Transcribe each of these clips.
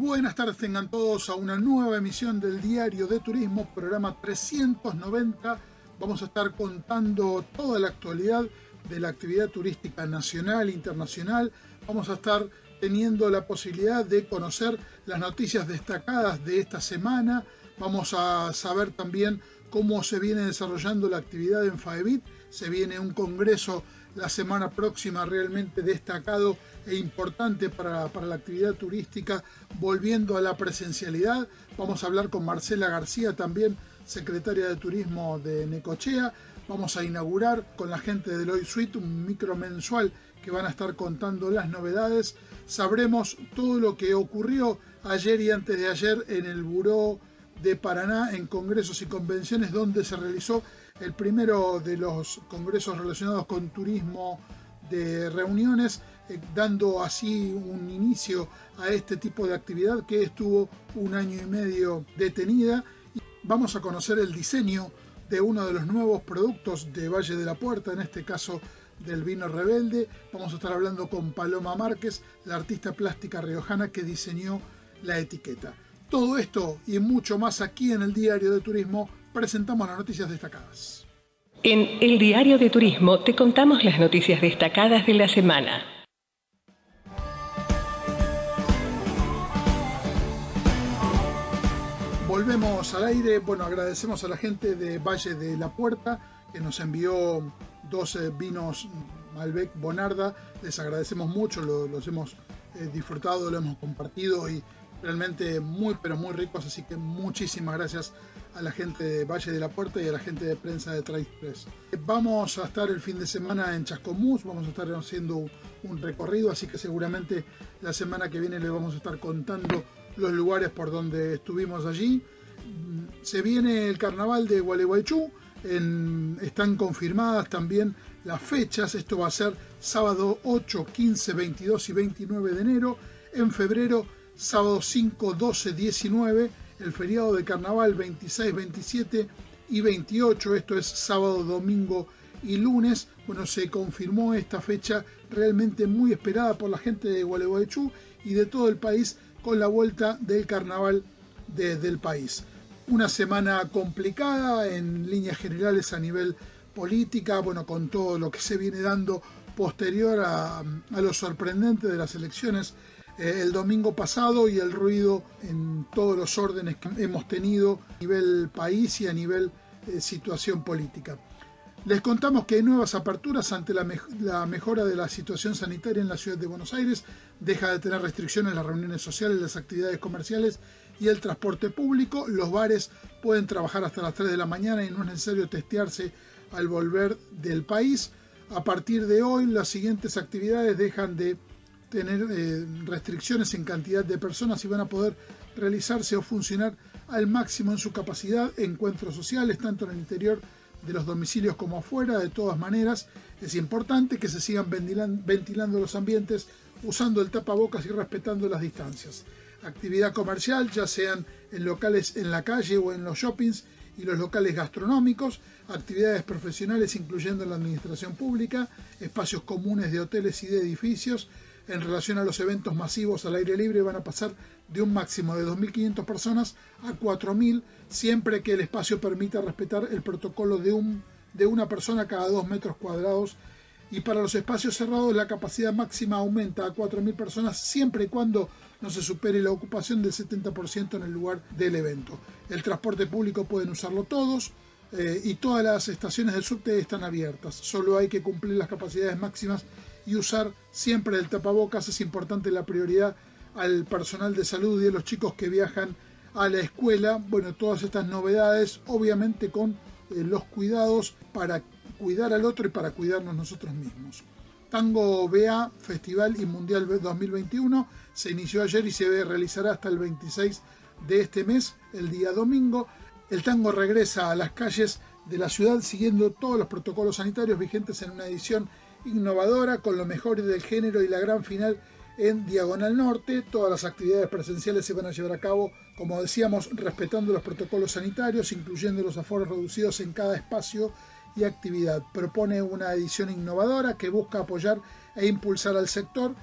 Buenas tardes tengan todos a una nueva emisión del Diario de Turismo, programa 390. Vamos a estar contando toda la actualidad de la actividad turística nacional e internacional. Vamos a estar teniendo la posibilidad de conocer las noticias destacadas de esta semana. Vamos a saber también cómo se viene desarrollando la actividad en FAEBIT. Se viene un congreso la semana próxima realmente destacado e importante para la actividad turística, volviendo a la presencialidad. Vamos a hablar con Marcela García, también secretaria de Turismo de Necochea. Vamos a inaugurar con la gente de Loy Suite un micro mensual que van a estar contando las novedades. Sabremos todo lo que ocurrió ayer y antes de ayer en el Buró de Paraná, en congresos y convenciones, donde se realizó el primero de los congresos relacionados con turismo de reuniones, dando así un inicio a este tipo de actividad que estuvo un año y medio detenida. Y vamos a conocer el diseño de uno de los nuevos productos de Valle de la Puerta, en este caso del vino Rebelde. Vamos a estar hablando con Paloma Márquez, la artista plástica riojana que diseñó la etiqueta. Todo esto y mucho más aquí en el Diario de Turismo. Presentamos las noticias destacadas. En el Diario de Turismo te contamos las noticias destacadas de la semana. Volvemos al aire. Bueno, agradecemos a la gente de Valle de la Puerta que nos envió 2 vinos Malbec Bonarda. Les agradecemos mucho, los hemos disfrutado, lo hemos compartido y realmente muy pero muy ricos, así que muchísimas gracias a la gente de Valle de la Puerta y a la gente de prensa de Trade Press. Vamos a estar el fin de semana en Chascomús, vamos a estar haciendo un recorrido, así que seguramente la semana que viene les vamos a estar contando los lugares por donde estuvimos allí. Se viene el carnaval de Gualeguaychú, están confirmadas también las fechas. Esto va a ser sábado 8, 15, 22 y 29 de enero. En febrero, sábado 5, 12, 19, el feriado de carnaval 26, 27 y 28, esto es sábado, domingo y lunes. Bueno, se confirmó esta fecha realmente muy esperada por la gente de Gualeguaychú y de todo el país con la vuelta del carnaval del país. Una semana complicada en líneas generales a nivel política, bueno, con todo lo que se viene dando posterior a lo sorprendente de las elecciones el domingo pasado y el ruido en todos los órdenes que hemos tenido a nivel país y a nivel situación política. Les contamos que hay nuevas aperturas ante la mejora de la situación sanitaria en la ciudad de Buenos Aires. Deja de tener restricciones las reuniones sociales, las actividades comerciales y el transporte público. Los bares pueden trabajar hasta las 3 de la mañana y no es necesario testearse al volver del país. A partir de hoy, las siguientes actividades dejan de tener restricciones en cantidad de personas y van a poder realizarse o funcionar al máximo en su capacidad. Encuentros sociales, tanto en el interior de los domicilios como afuera. De todas maneras, es importante que se sigan ventilando los ambientes, usando el tapabocas y respetando las distancias. Actividad comercial, ya sean en locales en la calle o en los shoppings y los locales gastronómicos. Actividades profesionales, incluyendo la administración pública, espacios comunes de hoteles y de edificios. En relación a los eventos masivos al aire libre, van a pasar de un máximo de 2.500 personas a 4.000, siempre que el espacio permita respetar el protocolo de una persona cada 2 metros cuadrados. Y para los espacios cerrados, la capacidad máxima aumenta a 4.000 personas, siempre y cuando no se supere la ocupación del 70% en el lugar del evento. El transporte público pueden usarlo todos y todas las estaciones del subte están abiertas. Solo hay que cumplir las capacidades máximas y usar siempre el tapabocas. Es importante la prioridad al personal de salud y a los chicos que viajan a la escuela. Bueno, todas estas novedades, obviamente con los cuidados para cuidar al otro y para cuidarnos nosotros mismos. Tango BA Festival y Mundial 2021 se inició ayer y se realizará hasta el 26 de este mes, el día domingo. El tango regresa a las calles de la ciudad siguiendo todos los protocolos sanitarios vigentes en una edición innovadora con lo mejor del género y la gran final en Diagonal Norte. Todas las actividades presenciales se van a llevar a cabo, como decíamos, respetando los protocolos sanitarios, incluyendo los aforos reducidos en cada espacio y actividad. Propone una edición innovadora que busca apoyar e impulsar al sector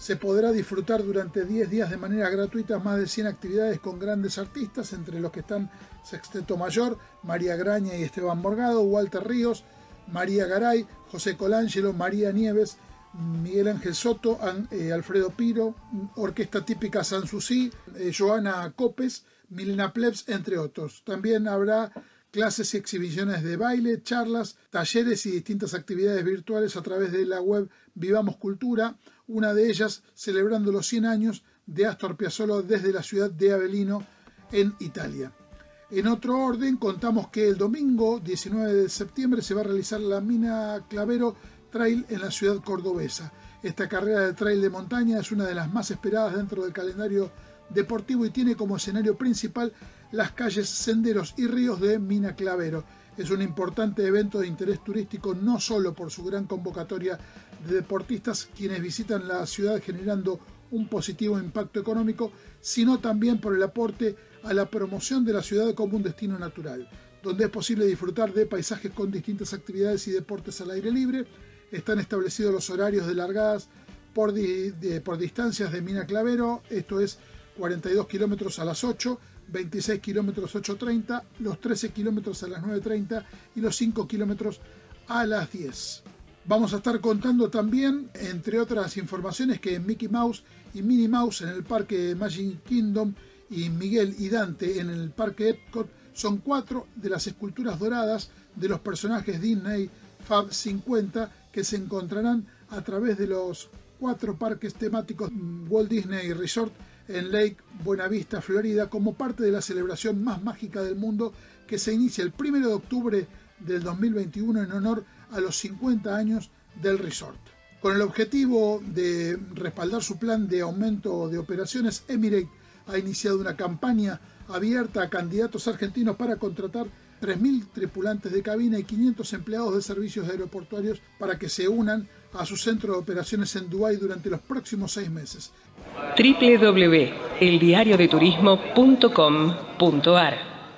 Se podrá disfrutar durante 10 días de manera gratuita más de 100 actividades con grandes artistas, entre los que están Sexteto Mayor, María Graña y Esteban Morgado, Walter Ríos, María Garay, José Colangelo, María Nieves, Miguel Ángel Soto, Alfredo Piro, Orquesta Típica Sanssouci, Joana Copes, Milena Plebs, entre otros. También habrá clases y exhibiciones de baile, charlas, talleres y distintas actividades virtuales a través de la web Vivamos Cultura, una de ellas celebrando los 100 años de Astor Piazzolla desde la ciudad de Avellino, en Italia. En otro orden, contamos que el domingo 19 de septiembre se va a realizar la Mina Clavero Trail en la ciudad cordobesa. Esta carrera de trail de montaña es una de las más esperadas dentro del calendario deportivo y tiene como escenario principal las calles, senderos y ríos de Mina Clavero. Es un importante evento de interés turístico no solo por su gran convocatoria de deportistas quienes visitan la ciudad generando un positivo impacto económico, sino también por el aporte a la promoción de la ciudad como un destino natural, donde es posible disfrutar de paisajes con distintas actividades y deportes al aire libre. Están establecidos los horarios de largadas por distancias de Mina Clavero, esto es 42 kilómetros a las 8, 26 kilómetros 8:30, los 13 kilómetros a las 9:30 y los 5 kilómetros a las 10. Vamos a estar contando también, entre otras informaciones, que Mickey Mouse y Minnie Mouse en el parque Magic Kingdom y Miguel y Dante en el parque Epcot son 4 de las esculturas doradas de los personajes Disney Fab 50 que se encontrarán a través de los 4 parques temáticos Walt Disney Resort en Lake Buena Vista, Florida, como parte de la celebración más mágica del mundo que se inicia el 1 de octubre del 2021 en honor a los 50 años del resort. Con el objetivo de respaldar su plan de aumento de operaciones, Emirates ha iniciado una campaña abierta a candidatos argentinos para contratar 3.000 tripulantes de cabina y 500 empleados de servicios aeroportuarios para que se unan a su centro de operaciones en Dubái durante los próximos 6 meses. www.eldiariodeturismo.com.ar.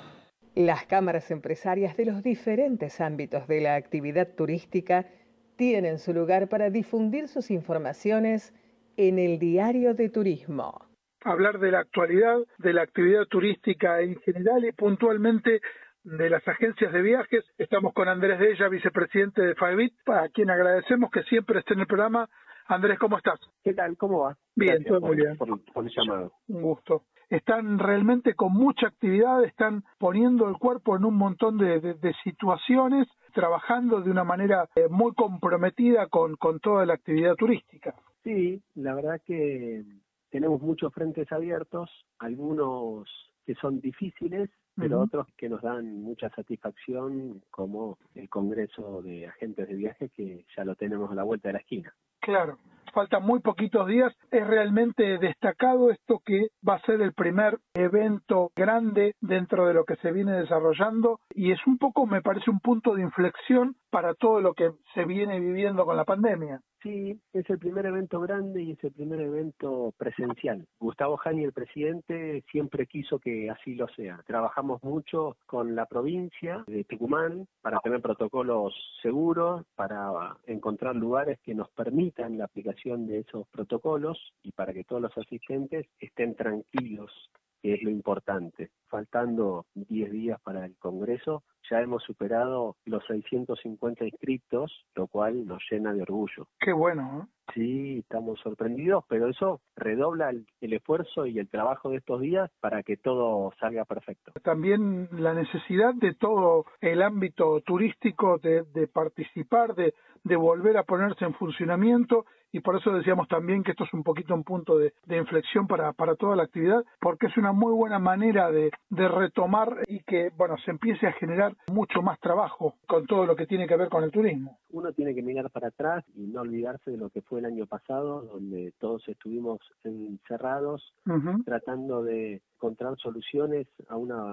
Las cámaras empresarias de los diferentes ámbitos de la actividad turística tienen su lugar para difundir sus informaciones en el Diario de Turismo. Hablar de la actualidad, de la actividad turística en general y puntualmente de las agencias de viajes. Estamos con Andrés Della, vicepresidente de Favit, a quien agradecemos que siempre esté en el programa. Andrés, ¿cómo estás? ¿Qué tal? ¿Cómo va? Bien, todo muy bien. Por el llamado. Un gusto. Están realmente con mucha actividad, están poniendo el cuerpo en un montón de situaciones, trabajando de una manera muy comprometida con toda la actividad turística. Sí, la verdad que tenemos muchos frentes abiertos, algunos que son difíciles, pero otros que nos dan mucha satisfacción, como el Congreso de Agentes de Viajes, que ya lo tenemos a la vuelta de la esquina. Claro, faltan muy poquitos días. Es realmente destacado esto que va a ser el primer evento grande dentro de lo que se viene desarrollando y es un poco, me parece, un punto de inflexión para todo lo que se viene viviendo con la pandemia. Sí, es el primer evento grande y es el primer evento presencial. Gustavo Jani, el presidente, siempre quiso que así lo sea. Trabajamos mucho con la provincia de Tucumán para tener protocolos seguros, para encontrar lugares que nos permitan la aplicación de esos protocolos y para que todos los asistentes estén tranquilos, que es lo importante. Faltando 10 días para el Congreso, ya hemos superado los 650 inscriptos, lo cual nos llena de orgullo. Qué bueno, ¿eh? Sí, estamos sorprendidos, pero eso redobla el esfuerzo y el trabajo de estos días para que todo salga perfecto. También la necesidad de todo el ámbito turístico de participar, de volver a ponerse en funcionamiento, y por eso decíamos también que esto es un poquito un punto de inflexión para toda la actividad, porque es una muy buena manera de retomar y que, bueno, se empiece a generar mucho más trabajo con todo lo que tiene que ver con el turismo. Uno tiene que mirar para atrás y no olvidarse de lo que fue el año pasado, donde todos estuvimos encerrados, tratando de encontrar soluciones a una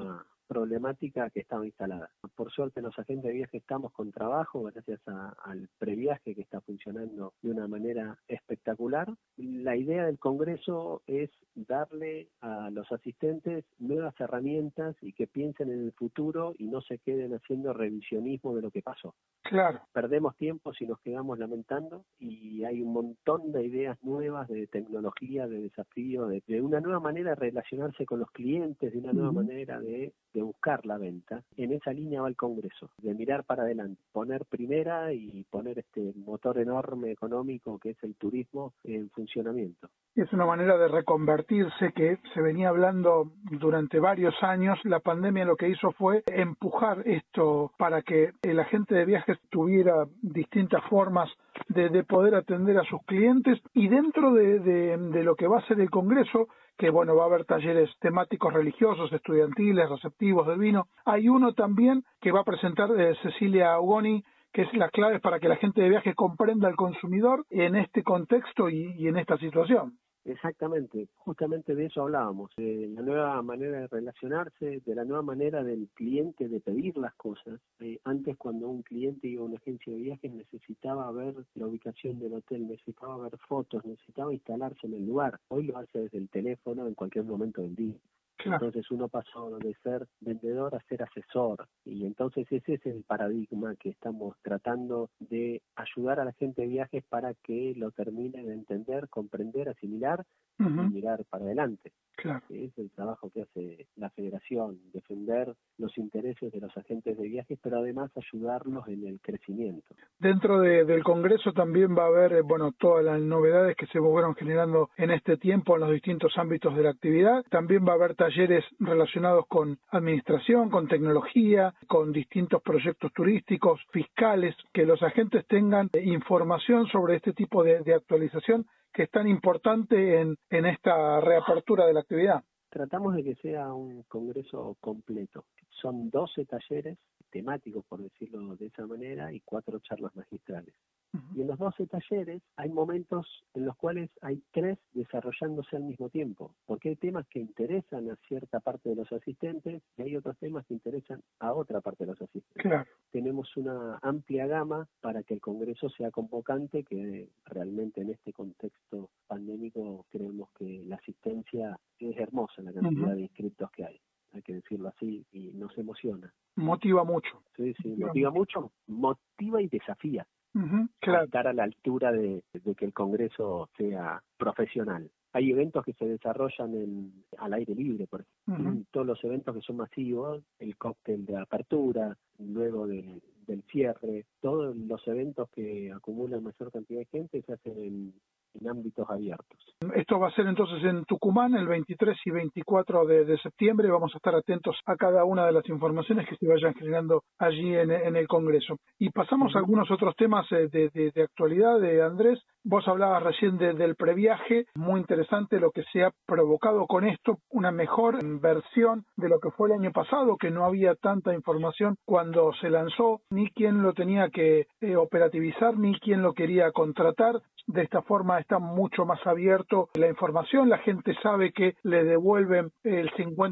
problemática que estaba instalada. Por suerte los agentes de viaje estamos con trabajo gracias al previaje que está funcionando de una manera espectacular. La idea del Congreso es darle a los asistentes nuevas herramientas y que piensen en el futuro y no se queden haciendo revisionismo de lo que pasó. Claro. Perdemos tiempo si nos quedamos lamentando y hay un montón de ideas nuevas de tecnología, de desafíos, de una nueva manera de relacionarse con los clientes, de una nueva manera de buscar la venta. En esa línea va el Congreso, de mirar para adelante, poner primera y poner este motor enorme económico que es el turismo en funcionamiento. Es una manera de reconvertirse que se venía hablando durante varios años. La pandemia lo que hizo fue empujar esto para que el agente de viajes tuviera distintas formas de poder atender a sus clientes, y dentro de lo que va a ser el Congreso, que bueno, va a haber talleres temáticos religiosos, estudiantiles, receptivos del vino. Hay uno también que va a presentar Cecilia Ugoni, que es las claves para que la gente de viaje comprenda al consumidor en este contexto y en esta situación. Exactamente, justamente de eso hablábamos, de la nueva manera de relacionarse, de la nueva manera del cliente de pedir las cosas. Antes, cuando un cliente iba a una agencia de viajes, necesitaba ver la ubicación del hotel, necesitaba ver fotos, necesitaba instalarse en el lugar. Hoy lo hace desde el teléfono en cualquier momento del día. Claro. Entonces uno pasó de ser vendedor a ser asesor, y entonces ese es el paradigma que estamos tratando de ayudar a la gente de viajes para que lo termine de entender, comprender, asimilar y mirar para adelante. Claro. Es el trabajo que hace la Federación, defender los intereses de los agentes de viajes, pero además ayudarlos en el crecimiento. Dentro del Congreso también va a haber, todas las novedades que se fueron generando en este tiempo en los distintos ámbitos de la actividad. También va a haber talleres relacionados con administración, con tecnología, con distintos proyectos turísticos, fiscales, que los agentes tengan información sobre este tipo de actualización que es tan importante en esta reapertura de la actividad. Tratamos de que sea un congreso completo. Son 12 talleres temáticos, por decirlo de esa manera, y 4 charlas magistrales. Y en los 12 talleres hay momentos en los cuales hay 3 desarrollándose al mismo tiempo, porque hay temas que interesan a cierta parte de los asistentes y hay otros temas que interesan a otra parte de los asistentes. Claro. Tenemos una amplia gama para que el Congreso sea convocante, que realmente en este contexto pandémico creemos que la asistencia es hermosa, la cantidad de inscriptos que hay que decirlo así, y nos emociona. Motiva mucho. Sí, motiva mucho, motiva y desafía. Claro. Estar a la altura de que el Congreso sea profesional. Hay eventos que se desarrollan al aire libre, por ejemplo. Todos los eventos que son masivos, el cóctel de apertura, luego del cierre, todos los eventos que acumulan mayor cantidad de gente se hacen en ámbitos abiertos. Esto va a ser entonces en Tucumán el 23 y 24 de septiembre. Vamos a estar atentos a cada una de las informaciones que se vayan generando allí en el Congreso. Y pasamos a algunos otros temas de actualidad, de Andrés. Vos hablabas recién del previaje, muy interesante lo que se ha provocado con esto, una mejor versión de lo que fue el año pasado, que no había tanta información cuando se lanzó, ni quién lo tenía que operativizar, ni quién lo quería contratar. De esta forma está mucho más abierto la información, la gente sabe que le devuelven el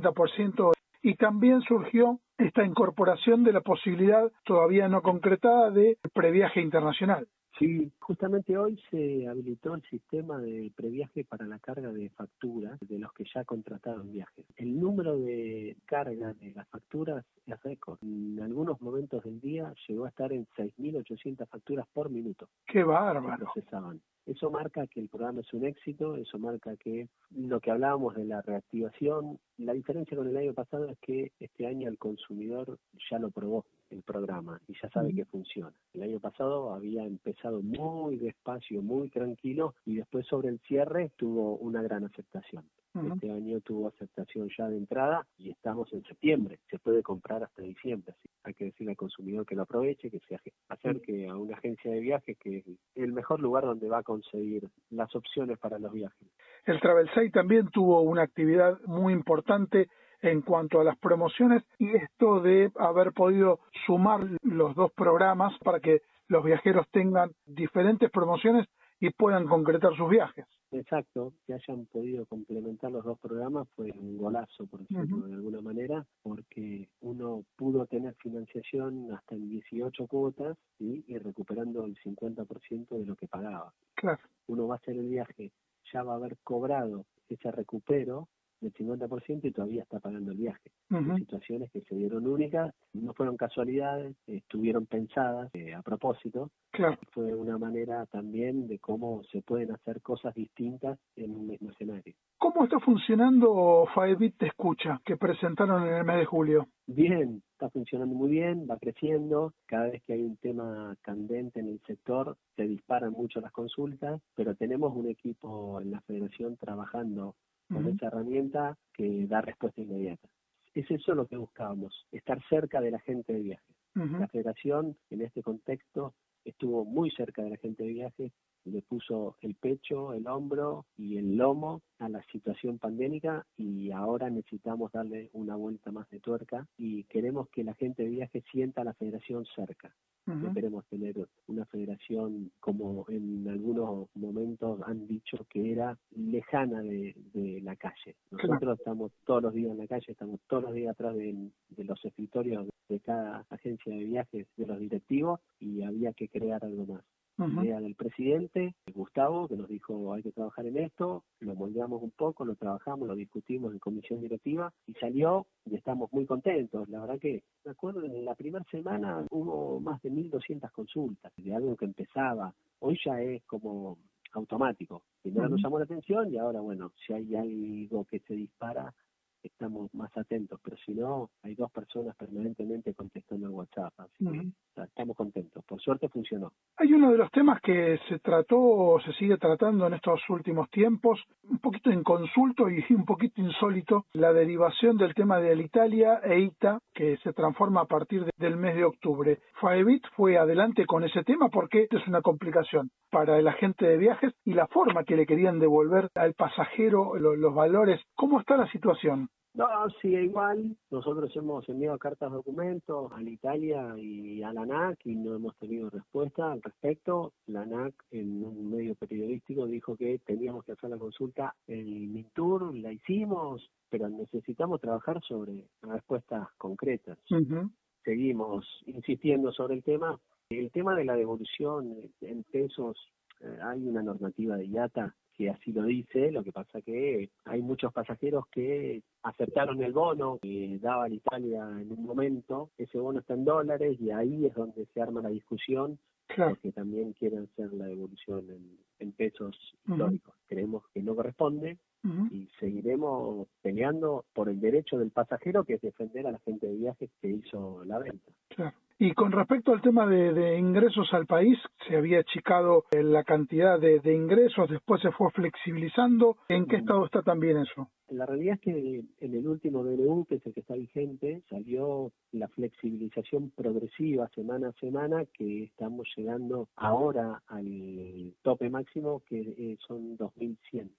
50%, y también surgió esta incorporación de la posibilidad todavía no concretada de previaje internacional. Sí, justamente hoy se habilitó el sistema de previaje para la carga de facturas de los que ya contrataron viajes. El número de carga de las facturas es récord. En algunos momentos del día llegó a estar en 6.800 facturas por minuto. ¡Qué bárbaro! Procesaban. Eso marca que el programa es un éxito, eso marca que lo que hablábamos de la reactivación, la diferencia con el año pasado es que este año el consumidor ya lo probó el programa y ya sabe que funciona. El año pasado había empezado muy despacio, muy tranquilo, y después sobre el cierre tuvo una gran aceptación. Este año tuvo aceptación ya de entrada y estamos en septiembre. Se puede comprar hasta diciembre. Así. Hay que decirle al consumidor que lo aproveche, que se acerque a una agencia de viajes, que es el mejor lugar donde va a conseguir las opciones para los viajes. El Travelsay también tuvo una actividad muy importante en cuanto a las promociones, y esto de haber podido sumar los dos programas para que los viajeros tengan diferentes promociones y puedan concretar sus viajes. Exacto, que hayan podido complementar los dos programas fue un golazo, por decirlo de alguna manera, porque uno pudo tener financiación hasta en 18 cuotas, ¿sí? Y recuperando el 50% de lo que pagaba. Claro. Uno va a hacer el viaje, ya va a haber cobrado ese recupero del 50% y todavía está pagando el viaje. Son situaciones que se dieron únicas, no fueron casualidades, estuvieron pensadas a propósito. Claro. Fue una manera también de cómo se pueden hacer cosas distintas en un mismo escenario. ¿Cómo está funcionando Faebit Te Escucha, que presentaron en el mes de julio? Bien, está funcionando muy bien, va creciendo. Cada vez que hay un tema candente en el sector, se disparan mucho las consultas, pero tenemos un equipo en la federación trabajando con esa herramienta que da respuesta inmediata. Es eso lo que buscábamos, estar cerca de la gente de viaje. La federación, en este contexto, estuvo muy cerca de la gente de viaje, le puso el pecho, el hombro y el lomo a la situación pandémica y ahora necesitamos darle una vuelta más de tuerca y queremos que la gente de viaje sienta a la federación cerca. No queremos tener una federación como en algunos momentos han dicho que era lejana de la calle. Nosotros estamos todos los días en la calle, estamos todos los días atrás de los escritorios de cada agencia de viajes, de los directivos, y había que crear algo más. Idea del presidente, Gustavo, que nos dijo hay que trabajar en esto, lo moldeamos un poco, lo trabajamos, lo discutimos en comisión directiva y salió y estamos muy contentos. La verdad que, me acuerdo, en la primera semana hubo más de 1.200 consultas de algo que empezaba. Hoy ya es como automático. Primero nos llamó la atención y ahora, bueno, si hay algo que se dispara, estamos más atentos, pero si no, hay 2 personas permanentemente contestando el WhatsApp, así que estamos contentos. Por suerte funcionó. Hay uno de los temas que se trató o se sigue tratando en estos últimos tiempos, un poquito inconsulto y un poquito insólito, la derivación del tema de Alitalia e ITA, que se transforma a partir del mes de octubre. Faebit fue adelante con ese tema porque es una complicación para el agente de viajes y la forma que le querían devolver al pasajero los valores. ¿Cómo está la situación? No, sigue igual. Nosotros hemos enviado cartas documentos a Italia y a la ANAC y no hemos tenido respuesta al respecto. La ANAC en un medio periodístico dijo que teníamos que hacer la consulta en Mintur, la hicimos, pero necesitamos trabajar sobre respuestas concretas. Seguimos insistiendo sobre el tema. El tema de la devolución en pesos, hay una normativa de IATA que así lo dice, lo que pasa que hay muchos pasajeros que aceptaron el bono que daba Italia en un momento, ese bono está en dólares y ahí es donde se arma la discusión, porque también quieren hacer la devolución en pesos históricos. Creemos que no corresponde y seguiremos peleando por el derecho del pasajero, que es defender a la gente de viajes que hizo la venta. Claro. Y con respecto al tema de ingresos al país, se había achicado la cantidad de ingresos, después se fue flexibilizando. ¿En qué estado está también eso? La realidad es que en el último DNU, que es el que está vigente, salió la flexibilización progresiva semana a semana, que estamos llegando ahora al tope máximo, que son 2.100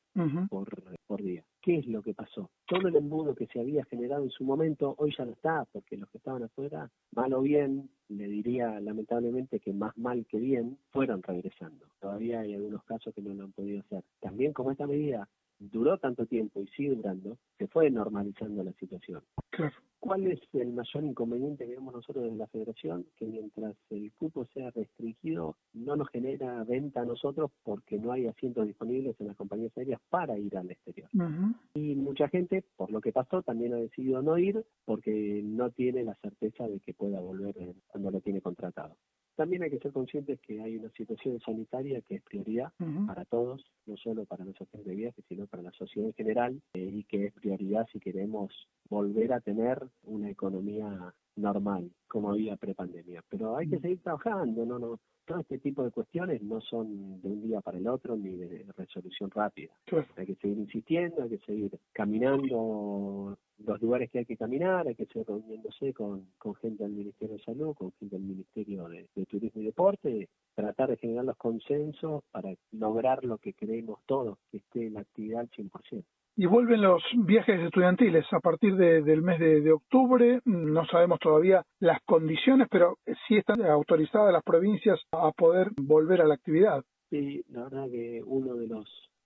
por día. ¿Qué es lo que pasó? Todo el embudo que se había generado en su momento, hoy ya no está, porque los que estaban afuera, mal o bien, le diría lamentablemente que más mal que bien, fueron regresando. Todavía hay algunos casos que no lo han podido hacer. También como esta medida duró tanto tiempo y sigue durando, se fue normalizando la situación. Claro. ¿Cuál es el mayor inconveniente que vemos nosotros desde la federación? Que mientras el cupo sea restringido, no nos genera venta a nosotros porque no hay asientos disponibles en las compañías aéreas para ir al exterior. Y mucha gente, por lo que pasó, también ha decidido no ir porque no tiene la certeza de que pueda volver cuando lo tiene contratado. También hay que ser conscientes que hay una situación sanitaria que es prioridad para todos, no solo para nuestra gente de viaje, sino para la sociedad en general, y que es prioridad si queremos volver a tener una economía normal, como había prepandemia. Pero hay que seguir trabajando, no. Todo este tipo de cuestiones no son de un día para el otro ni de resolución rápida. Hay que seguir insistiendo, hay que seguir caminando los lugares que hay que caminar, hay que seguir reuniéndose con gente del Ministerio de Salud, con gente del Ministerio de Turismo y Deporte, tratar de generar los consensos para lograr lo que creemos todos, que esté la actividad al 100%. Y vuelven los viajes estudiantiles a partir del mes de octubre. No sabemos todavía las condiciones, pero sí están autorizadas las provincias a poder volver a la actividad. Sí, la verdad que uno de los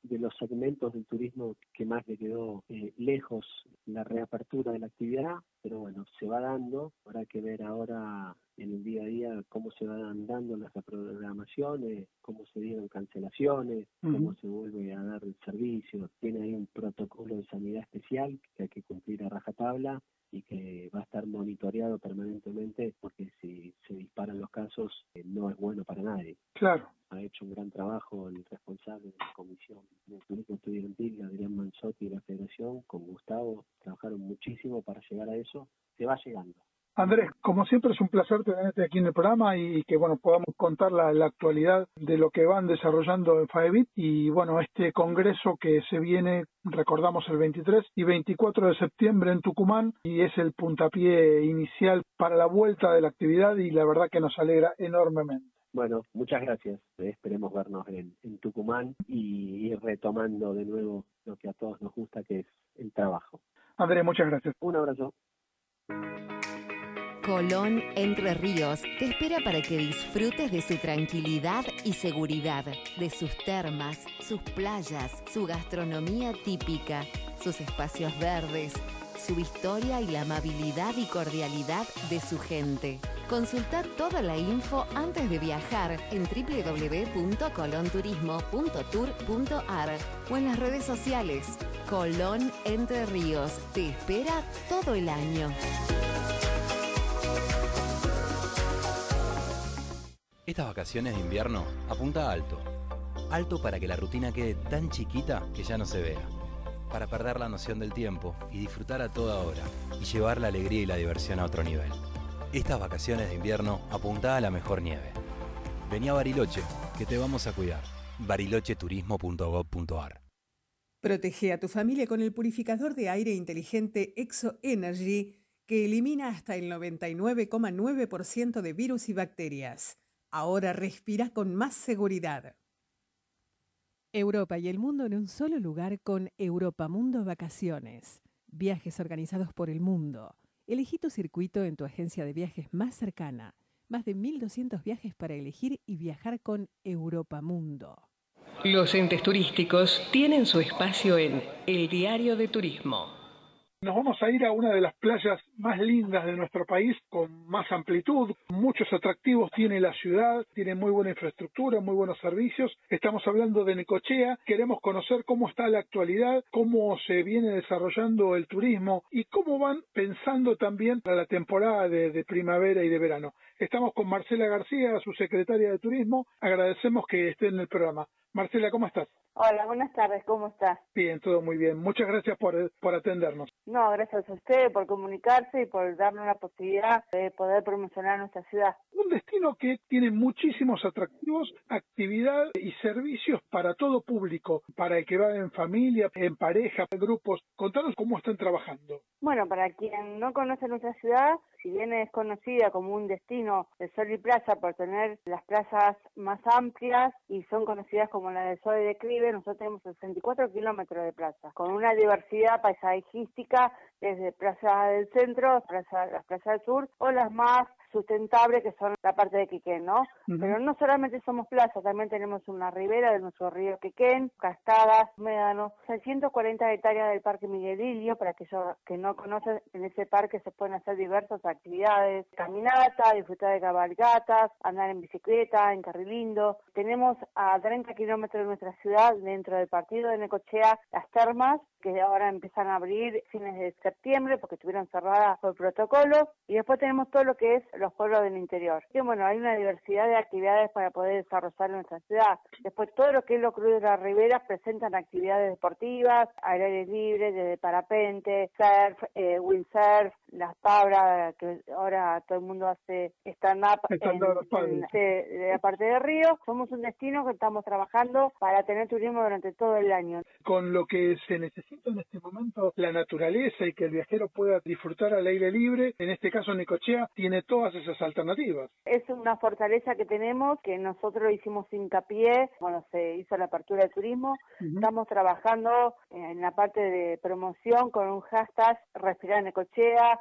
de los segmentos del turismo que más le quedó lejos la reapertura de la actividad, pero bueno, se va dando. Habrá que ver ahora en el día a día cómo se van dando las reprogramaciones, cómo se dieron cancelaciones, cómo se vuelve a dar el servicio. Tiene ahí un protocolo de sanidad especial que hay que cumplir a rajatabla y que va a estar monitoreado permanentemente, porque si se disparan los casos no es bueno para nadie. Claro. Ha hecho un gran trabajo el responsable de la Comisión de Turismo Estudiantil, Adrián Manzotti, de la Federación, con Gustavo, trabajaron muchísimo para llegar a eso. Se va llegando. Andrés, como siempre es un placer tenerte aquí en el programa y que bueno podamos contar la actualidad de lo que van desarrollando en FAEBIT y bueno este congreso que se viene, recordamos el 23 y 24 de septiembre en Tucumán y es el puntapié inicial para la vuelta de la actividad y la verdad que nos alegra enormemente. Bueno, muchas gracias. Esperemos vernos en Tucumán y ir retomando de nuevo lo que a todos nos gusta, que es el trabajo. Andrés, muchas gracias. Un abrazo. Colón Entre Ríos te espera para que disfrutes de su tranquilidad y seguridad, de sus termas, sus playas, su gastronomía típica, sus espacios verdes, su historia y la amabilidad y cordialidad de su gente. Consulta toda la info antes de viajar en www.colonturismo.tour.ar o en las redes sociales. Colón Entre Ríos te espera todo el año. Estas vacaciones de invierno apunta alto. Alto para que la rutina quede tan chiquita que ya no se vea. Para perder la noción del tiempo y disfrutar a toda hora y llevar la alegría y la diversión a otro nivel. Estas vacaciones de invierno apunta a la mejor nieve. Vení a Bariloche, que te vamos a cuidar. barilocheturismo.gov.ar. Protege a tu familia con el purificador de aire inteligente Exo Energy que elimina hasta el 99,9% de virus y bacterias. Ahora respira con más seguridad. Europa y el mundo en un solo lugar con Europa Mundo Vacaciones. Viajes organizados por el mundo. Elegí tu circuito en tu agencia de viajes más cercana. Más de 1.200 viajes para elegir y viajar con Europa Mundo. Los entes turísticos tienen su espacio en El Diario de Turismo. Nos vamos a ir a una de las playas más lindas de nuestro país, con más amplitud, muchos atractivos tiene la ciudad, tiene muy buena infraestructura, muy buenos servicios. Estamos hablando de Necochea, queremos conocer cómo está la actualidad, cómo se viene desarrollando el turismo y cómo van pensando también para la temporada de primavera y de verano. Estamos con Marcela García, su secretaria de Turismo, agradecemos que esté en el programa. Marcela, ¿cómo estás? Hola, buenas tardes, ¿cómo estás? Bien, todo muy bien. Muchas gracias por atendernos. No, gracias a usted por comunicarse y por darnos la posibilidad de poder promocionar nuestra ciudad. Un destino que tiene muchísimos atractivos, actividad y servicios para todo público, para el que va en familia, en pareja, en grupos. Contanos cómo están trabajando. Bueno, para quien no conoce nuestra ciudad, si bien es conocida como un destino de sol y playa por tener las playas más amplias y son conocidas como la de sol y declive, nosotros tenemos 64 kilómetros de playa, con una diversidad paisajística desde Playa del Centro, las playas del sur o las más sustentables que son la parte de Quequén, ¿no? Uh-huh. Pero no solamente somos playas, también tenemos una ribera de nuestro río Quequén, cascadas, médanos, 640 hectáreas del Parque Miguelillo, para aquellos que no conocen, en ese parque se pueden hacer diversas actividades, caminata, disfrutar de cabalgatas, andar en bicicleta, en carrilindo. Tenemos a 30 kilómetros de nuestra ciudad, dentro del partido de Necochea, las termas, que ahora empiezan a abrir fines de septiembre porque estuvieron cerradas por protocolo, y después tenemos todo lo que es los pueblos del interior. Y bueno, hay una diversidad de actividades para poder desarrollar en nuestra ciudad. Después todo lo que es los cruces de la ribera presentan actividades deportivas, al aire libre, desde parapente, surf, windsurf, las tablas, que ahora todo el mundo hace stand-up de la parte de río. Somos un destino que estamos trabajando para tener turismo durante todo el año. Con lo que se necesita en este momento, la naturaleza y que el viajero pueda disfrutar al aire libre, en este caso Necochea tiene todas esas alternativas. Es una fortaleza que tenemos, que nosotros hicimos hincapié cuando se hizo la apertura del turismo. Uh-huh. Estamos trabajando en la parte de promoción con un hashtag Respirar Necochea,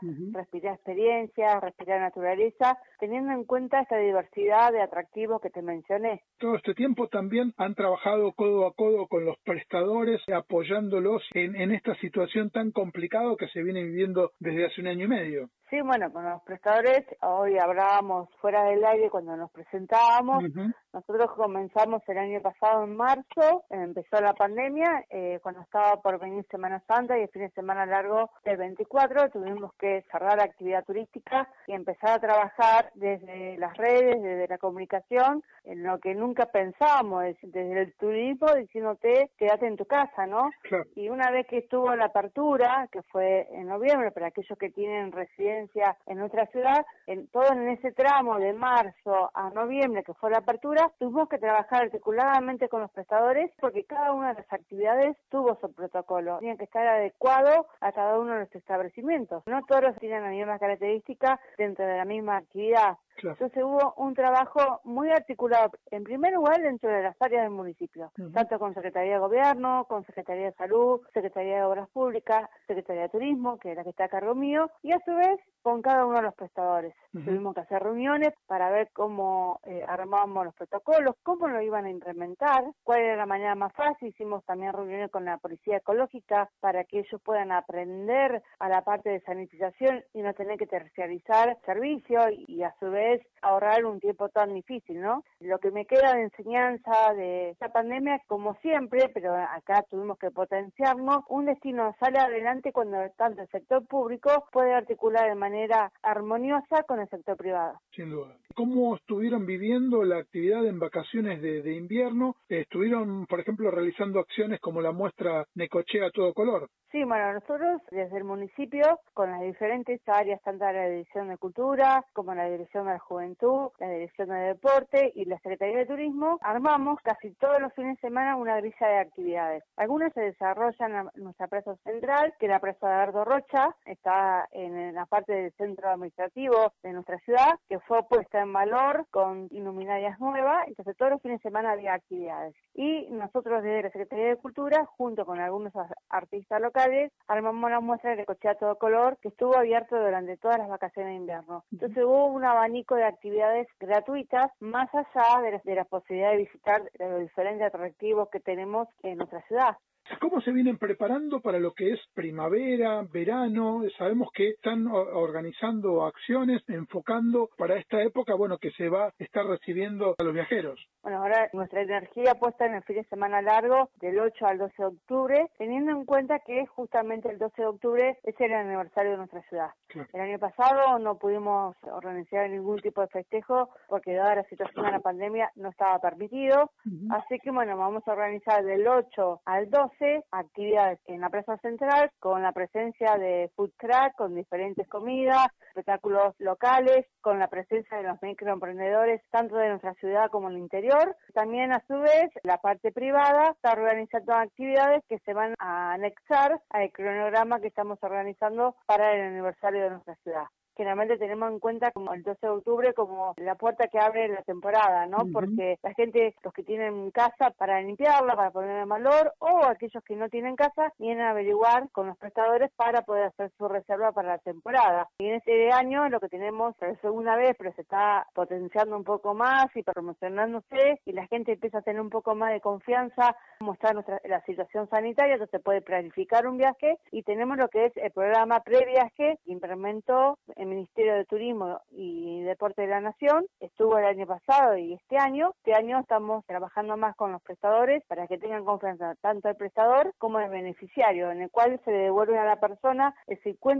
respirar experiencias, respirar naturaleza, teniendo en cuenta esta diversidad de atractivos que te mencioné. Todo este tiempo también han trabajado codo a codo con los prestadores, apoyándolos en esta situación tan complicada que se viene viviendo desde hace 1 año y medio. Sí, bueno, con los prestadores, hoy hablábamos fuera del aire cuando nos presentábamos. Nosotros comenzamos el año pasado en marzo, empezó la pandemia, cuando estaba por venir Semana Santa y el fin de semana largo del 24, tuvimos que cerrar la actividad turística y empezar a trabajar desde las redes, desde la comunicación, en lo que nunca pensábamos, desde el turismo, diciéndote, quédate en tu casa, ¿no? Claro. Y una vez que estuvo la apertura, que fue en noviembre, para aquellos que tienen residencia en nuestra ciudad, todo en ese tramo de marzo a noviembre, que fue la apertura, tuvimos que trabajar articuladamente con los prestadores porque cada una de las actividades tuvo su protocolo. Tenía que estar adecuado a cada uno de los establecimientos. No todos tienen las mismas características dentro de la misma actividad. Claro. Entonces hubo un trabajo muy articulado, en primer lugar, dentro de las áreas del municipio, tanto con Secretaría de Gobierno, con Secretaría de Salud, Secretaría de Obras Públicas, Secretaría de Turismo, que es la que está a cargo mío, y a su vez con cada uno de los prestadores. Tuvimos que hacer reuniones para ver cómo armábamos los protocolos, cómo lo iban a implementar, cuál era la manera más fácil. Hicimos también reuniones con la Policía Ecológica para que ellos puedan aprender a la parte de sanitización y no tener que terciarizar servicio y a su vez ahorrar un tiempo tan difícil, ¿no? Lo que me queda de enseñanza de esta pandemia, como siempre, pero acá tuvimos que potenciarnos, un destino sale adelante cuando tanto el sector público puede articular de manera armoniosa con el sector privado. Sin duda. ¿Cómo estuvieron viviendo la actividad en vacaciones de invierno? ¿Estuvieron, por ejemplo, realizando acciones como la muestra Necochea a todo color? Sí, bueno, nosotros desde el municipio, con las diferentes áreas, tanto la Dirección de Cultura, como la Dirección de la Juventud, la Dirección de Deporte y la Secretaría de Turismo, armamos casi todos los fines de semana una grilla de actividades. Algunas se desarrollan en nuestra plaza central, que es la plaza de Ardo Rocha, está en la parte del centro administrativo de nuestra ciudad, que fue puesta en valor con iluminarias nuevas, entonces todos los fines de semana había actividades. Y nosotros desde la Secretaría de Cultura, junto con algunos artistas locales, armamos la muestra de Necochea a todo color, que estuvo abierto durante todas las vacaciones de invierno. Entonces hubo un abanico de actividades gratuitas, más allá de la posibilidad de visitar los diferentes atractivos que tenemos en nuestra ciudad. ¿Cómo se vienen preparando para lo que es primavera, verano? Sabemos que están organizando acciones, enfocando para esta época, bueno, que se va a estar recibiendo a los viajeros. Bueno, ahora nuestra energía puesta en el fin de semana largo, del 8 al 12 de octubre, teniendo en cuenta que justamente el 12 de octubre es el aniversario de nuestra ciudad. Claro. El año pasado no pudimos organizar ningún tipo de festejo porque dada la situación de la pandemia no estaba permitido. Así que bueno, vamos a organizar del 8 al 12 actividades en la Plaza Central con la presencia de food truck, con diferentes comidas, espectáculos locales, con la presencia de los microemprendedores tanto de nuestra ciudad como en el interior. También a su vez la parte privada está organizando actividades que se van a anexar al cronograma que estamos organizando para el aniversario de nuestra ciudad. Generalmente tenemos en cuenta como el 12 de octubre como la puerta que abre la temporada, ¿no? Porque la gente, los que tienen casa para limpiarla, para ponerla en valor, o aquellos que no tienen casa, vienen a averiguar con los prestadores para poder hacer su reserva para la temporada. Y en este año lo que tenemos es segunda vez, pero se está potenciando un poco más y promocionándose, y la gente empieza a tener un poco más de confianza cómo está la situación sanitaria, entonces puede planificar un viaje, y tenemos lo que es el programa previaje que implementó el Ministerio de Turismo y Deporte de la Nación. Estuvo el año pasado y este año estamos trabajando más con los prestadores para que tengan confianza tanto el prestador como el beneficiario, en el cual se le devuelve a la persona el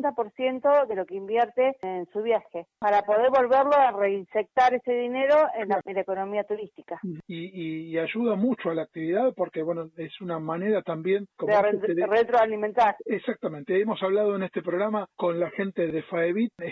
50% de lo que invierte en su viaje, para poder volverlo a reinyectar ese dinero en la economía turística. Y ayuda mucho a la actividad porque, bueno, es una manera también como de retroalimentar. Exactamente. Hemos hablado en este programa con la gente de FAEBIT.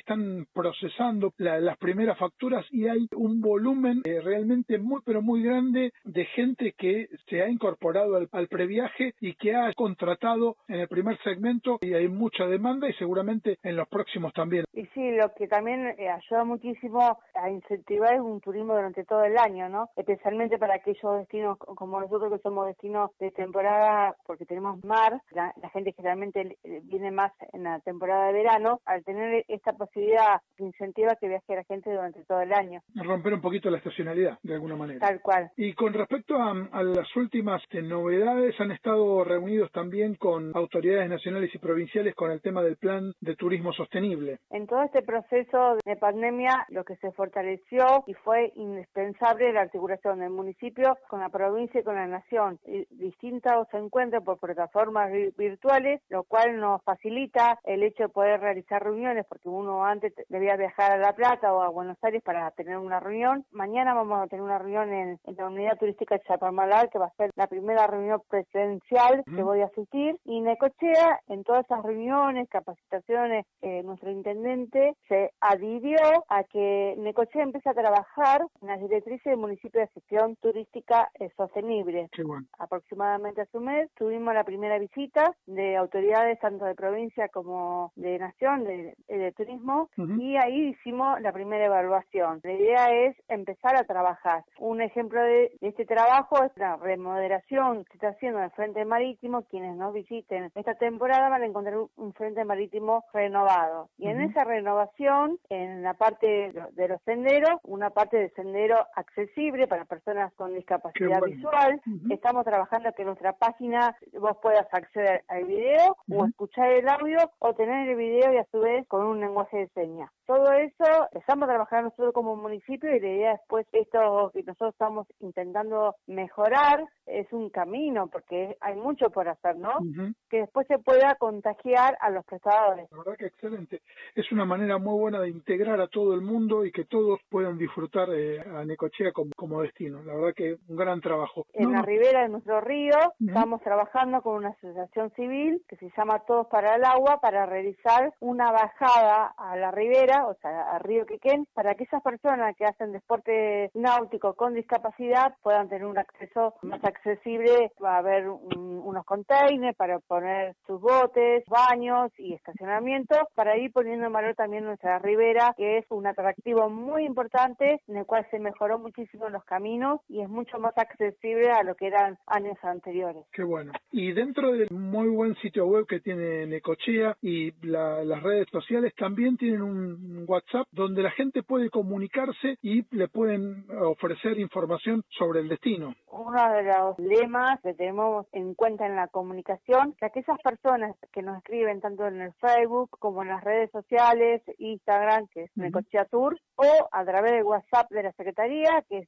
están procesando las primeras facturas y hay un volumen realmente pero muy grande de gente que se ha incorporado al previaje y que ha contratado en el primer segmento, y hay mucha demanda y seguramente en los próximos también. Y sí, lo que también ayuda muchísimo a incentivar es un turismo durante todo el año, ¿no? Especialmente para aquellos destinos como nosotros, que somos destinos de temporada, porque tenemos mar. La gente generalmente viene más en la temporada de verano. Al tener esta posibilidad, incentiva que viaje la gente durante todo el año. Romper un poquito la estacionalidad, de alguna manera. Tal cual. Y con respecto a las últimas novedades, han estado reunidos también con autoridades nacionales y provinciales con el tema del plan de turismo sostenible. En todo este proceso de pandemia, lo que se fortaleció y fue indispensable la articulación del municipio con la provincia y con la nación. Distintos encuentros por plataformas virtuales, lo cual nos facilita el hecho de poder realizar reuniones, porque uno antes debía viajar a La Plata o a Buenos Aires para tener una reunión. Mañana vamos a tener una reunión en la unidad turística de Chapadmalal, que va a ser la primera reunión presencial que voy a asistir. Y Necochea, en todas esas reuniones, capacitaciones, nuestro intendente se adhirió a que Necochea empiece a trabajar en las directrices del municipio de gestión turística sostenible. Qué bueno. Aproximadamente hace un mes tuvimos la primera visita de autoridades tanto de provincia como de nación, de turismo, y ahí hicimos la primera evaluación. La idea es empezar a trabajar. Un ejemplo de este trabajo es la remodelación que está haciendo el Frente Marítimo. Quienes nos visiten esta temporada van a encontrar un Frente Marítimo renovado. Y en esa renovación, en la parte de los senderos, una parte de sendero accesible para personas con discapacidad visual. Estamos trabajando que en nuestra página vos puedas acceder al video o escuchar el audio o tener el video y a su vez con un lenguaje de señas. Todo eso estamos trabajando nosotros como municipio, y la idea después, esto que nosotros estamos intentando mejorar, es un camino, porque hay mucho por hacer, ¿no? Que después se pueda contagiar a los prestadores. La verdad que excelente. Es una manera muy buena de integrar a todo el mundo y que todos puedan disfrutar a Necochea como destino. La verdad que un gran trabajo. En la ribera de nuestro río estamos trabajando con una asociación civil que se llama Todos para el Agua, para realizar una bajada a la ribera, o sea, al río Quequén, para que esas personas que hacen deporte náutico con discapacidad puedan tener un acceso más accesible. Va a haber unos containers para poner sus botes, baños y estacionamiento, para ir poniendo en valor también nuestra ribera, que es un atractivo muy importante, en el cual se mejoró muchísimo los caminos y es mucho más accesible a lo que eran años anteriores. Qué bueno. Y dentro del muy buen sitio web que tiene Necochea y las redes sociales, también tienen un WhatsApp donde la gente puede comunicarse y le pueden ofrecer información sobre el destino. Uno de los lemas que tenemos en cuenta en la comunicación, que aquellas personas que nos escriben tanto en el Facebook como en las redes sociales, Instagram, que es Necochea Tour, o a través del WhatsApp de la Secretaría, que es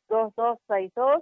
2262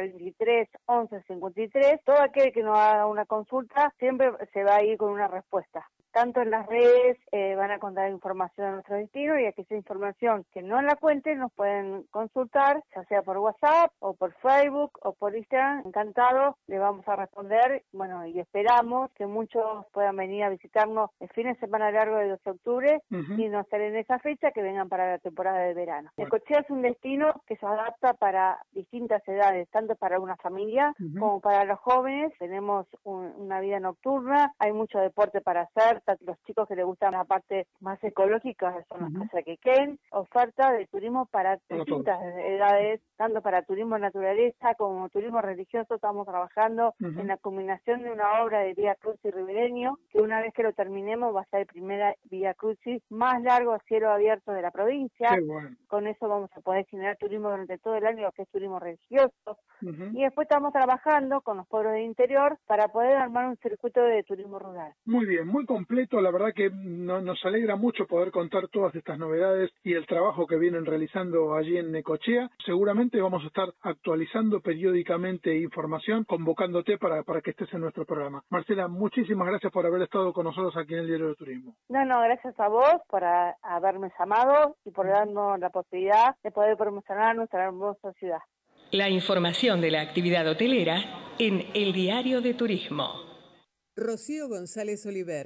43 11 53, todo aquel que nos haga una consulta siempre se va a ir con una respuesta. Tanto en las redes van a contar información de nuestro destino, y aquella información que no la cuenten nos pueden consultar, ya sea por WhatsApp o por Facebook o por Instagram. Encantado, le vamos a responder. Bueno, y esperamos que muchos puedan venir a visitarnos el fin de semana largo del 12 de octubre y no estar en esa fecha, que vengan para la temporada de verano. Necochea es un destino que se adapta para distintas edades, tanto para una familia como para los jóvenes. Tenemos una vida nocturna, hay mucho deporte para hacer. Los chicos que les gustan la parte más ecológica son las casas Quequén. Oferta de turismo para distintas edades, tanto para turismo naturaleza como turismo religioso. Estamos trabajando en la combinación de una obra de Vía Crucis ribereño, que una vez que lo terminemos va a ser el primer Vía Crucis más largo a cielo abierto de la provincia. Bueno. Con eso vamos a poder generar turismo durante todo el año, que es turismo religioso. Y después estamos trabajando con los pueblos del interior para poder armar un circuito de turismo rural. Muy bien, muy completo. La verdad que nos alegra mucho poder contar todas estas novedades y el trabajo que vienen realizando allí en Necochea. Seguramente vamos a estar actualizando periódicamente información, convocándote para que estés en nuestro programa. Marcela, muchísimas gracias por haber estado con nosotros aquí en el Diario de Turismo. No, gracias a vos por haberme llamado y por darnos la posibilidad de poder promocionar nuestra hermosa ciudad. La información de la actividad hotelera en el Diario de Turismo. Rocío González Oliver,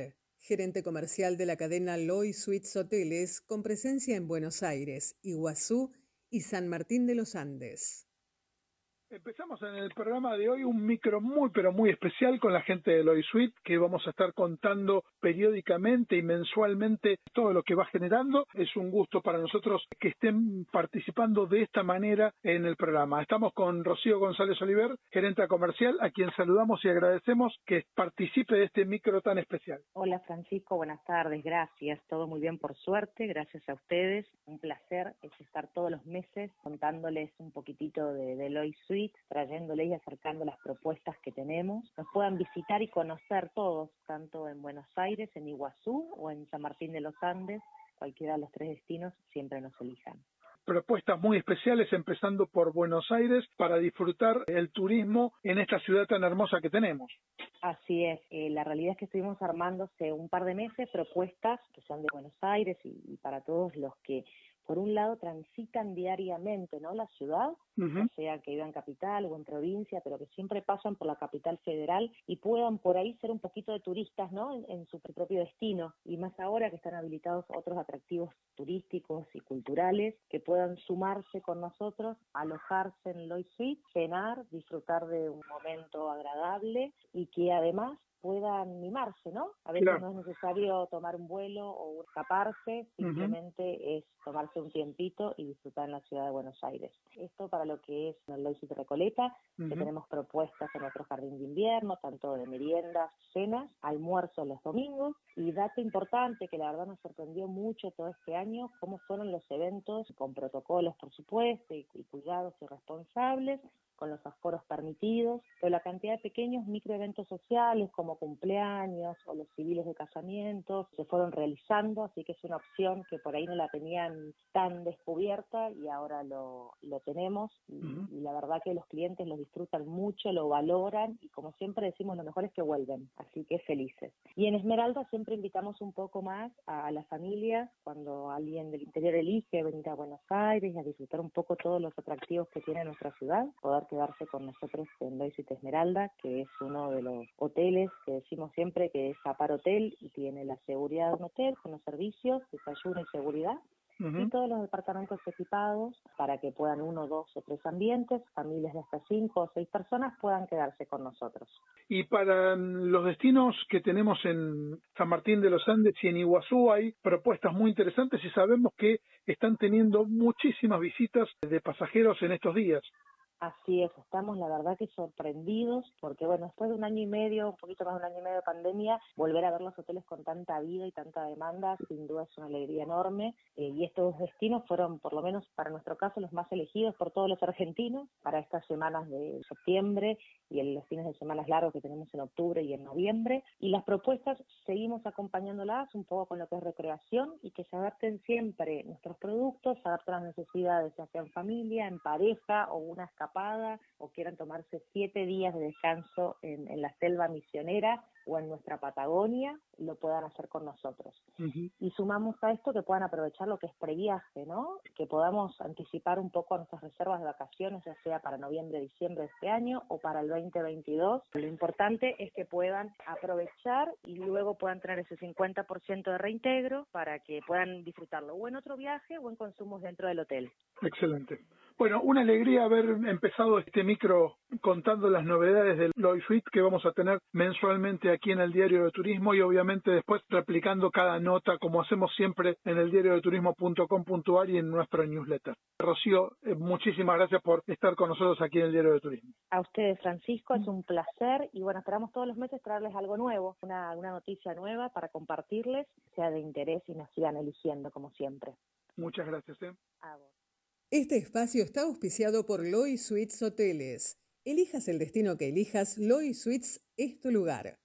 gerente comercial de la cadena Loy Suites Hoteles, con presencia en Buenos Aires, Iguazú y San Martín de los Andes. Empezamos en el programa de hoy un micro muy pero muy especial con la gente de Loy Suite, que vamos a estar contando periódicamente y mensualmente todo lo que va generando. Es un gusto para nosotros que estén participando de esta manera en el programa. Estamos con Rocío González Oliver, gerente comercial, a quien saludamos y agradecemos que participe de este micro tan especial. Hola Francisco, buenas tardes, gracias. Todo muy bien por suerte, gracias a ustedes. Un placer es estar todos los meses contándoles un poquitito de Loy Suite, trayéndoles y acercando las propuestas que tenemos. Nos puedan visitar y conocer todos, tanto en Buenos Aires, en Iguazú o en San Martín de los Andes. Cualquiera de los 3 destinos siempre nos elijan. Propuestas muy especiales, empezando por Buenos Aires, para disfrutar el turismo en esta ciudad tan hermosa que tenemos. Así es, la realidad es que estuvimos armando hace un par de meses propuestas que son de Buenos Aires y para todos los que, por un lado, transitan diariamente, ¿no?, la ciudad, o sea, que vivan en capital o en provincia, pero que siempre pasan por la capital federal y puedan por ahí ser un poquito de turistas, ¿no?, en su propio destino, y más ahora que están habilitados otros atractivos turísticos y culturales, que puedan sumarse con nosotros, alojarse en Loy Suite, cenar, disfrutar de un momento agradable y que además puedan mimarse, ¿no? A veces no es necesario tomar un vuelo o escaparse, simplemente es tomarse un tiempito y disfrutar en la ciudad de Buenos Aires. Esto para lo que es el Loy Suite Recoleta, que tenemos propuestas en nuestro jardín de invierno, tanto de meriendas, cenas, almuerzos los domingos, y dato importante que la verdad nos sorprendió mucho todo este año, cómo fueron los eventos, con protocolos por supuesto, y cuidados y responsables, con los aforos permitidos, pero la cantidad de pequeños microeventos sociales como cumpleaños o los civiles de casamientos se fueron realizando, así que es una opción que por ahí no la tenían tan descubierta y ahora lo tenemos y la verdad que los clientes lo disfrutan mucho, lo valoran y como siempre decimos, lo mejor es que vuelven, así que felices. Y en Esmeralda siempre invitamos un poco más a la familia cuando alguien del interior elige venir a Buenos Aires y a disfrutar un poco todos los atractivos que tiene nuestra ciudad, poder quedarse con nosotros en Loy Suite Esmeralda, que es uno de los hoteles que decimos siempre que es Apar Hotel y tiene la seguridad de un hotel con los servicios, desayuno y seguridad. Y todos los departamentos equipados para que puedan 1, 2 o 3 ambientes, familias de hasta 5 o 6 personas puedan quedarse con nosotros. Y para los destinos que tenemos en San Martín de los Andes y en Iguazú hay propuestas muy interesantes y sabemos que están teniendo muchísimas visitas de pasajeros en estos días. Así es, estamos la verdad que sorprendidos porque bueno, después de 1 año y medio, un poquito más de 1 año y medio de pandemia, volver a ver los hoteles con tanta vida y tanta demanda sin duda es una alegría enorme y estos destinos fueron por lo menos para nuestro caso los más elegidos por todos los argentinos para estas semanas de septiembre y los fines de semanas largos que tenemos en octubre y en noviembre y las propuestas seguimos acompañándolas un poco con lo que es recreación y que se adapten siempre nuestros productos, se adapten a las necesidades ya sea en familia, en pareja o una escapada o quieran tomarse 7 días de descanso en la selva misionera o en nuestra Patagonia, lo puedan hacer con nosotros. Y sumamos a esto que puedan aprovechar lo que es previaje, ¿no? Que podamos anticipar un poco nuestras reservas de vacaciones, ya sea para noviembre, diciembre de este año o para el 2022. Lo importante es que puedan aprovechar y luego puedan tener ese 50% de reintegro para que puedan disfrutarlo o en otro viaje o en consumos dentro del hotel. Excelente. Bueno, una alegría haber empezado este micro contando las novedades del Loy Suite que vamos a tener mensualmente aquí en el Diario de Turismo y obviamente después replicando cada nota como hacemos siempre en el diariodeturismo.com.ar y en nuestro newsletter. Rocío, muchísimas gracias por estar con nosotros aquí en el Diario de Turismo. A ustedes, Francisco, es un placer y bueno, esperamos todos los meses traerles algo nuevo, una noticia nueva para compartirles, sea de interés y nos sigan eligiendo como siempre. Muchas gracias. A vos. Este espacio está auspiciado por Loy Suites Hoteles. Elijas el destino que elijas, Loy Suites es tu lugar.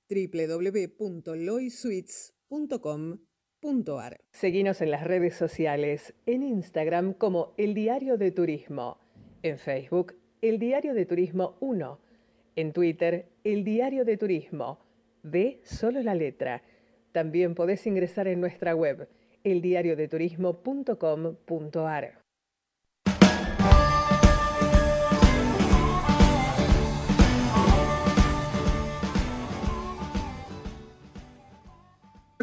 www.loysuites.com.ar. Seguinos en las redes sociales, en Instagram como El Diario de Turismo, en Facebook El Diario de Turismo 1, en Twitter El Diario de Turismo, de solo la letra. También podés ingresar en nuestra web eldiariodeturismo.com.ar.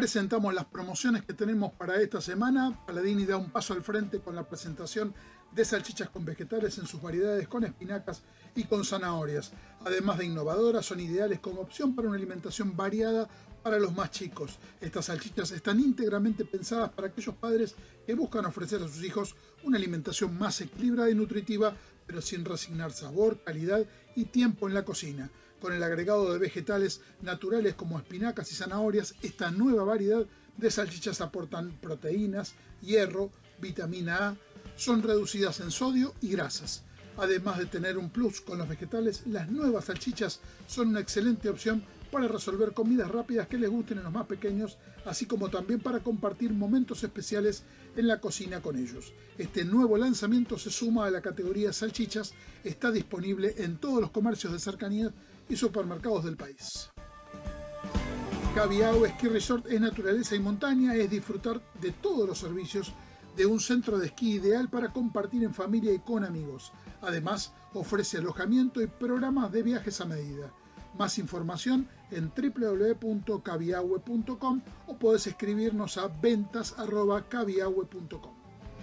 presentamos las promociones que tenemos para esta semana. Paladini da un paso al frente con la presentación de salchichas con vegetales en sus variedades con espinacas y con zanahorias. Además de innovadoras, son ideales como opción para una alimentación variada para los más chicos. Estas salchichas están íntegramente pensadas para aquellos padres que buscan ofrecer a sus hijos una alimentación más equilibrada y nutritiva, pero sin resignar sabor, calidad y tiempo en la cocina. Con el agregado de vegetales naturales como espinacas y zanahorias, esta nueva variedad de salchichas aportan proteínas, hierro, vitamina A, son reducidas en sodio y grasas. Además de tener un plus con los vegetales, las nuevas salchichas son una excelente opción para resolver comidas rápidas que les gusten a los más pequeños, así como también para compartir momentos especiales en la cocina con ellos. Este nuevo lanzamiento se suma a la categoría salchichas, está disponible en todos los comercios de cercanías y supermercados del país. Cabiau Ski Resort es naturaleza y montaña, es disfrutar de todos los servicios de un centro de esquí ideal para compartir en familia y con amigos. Además, ofrece alojamiento y programas de viajes a medida. Más información en www.cabiahue.com o podés escribirnos a ventas@cabiahue.com.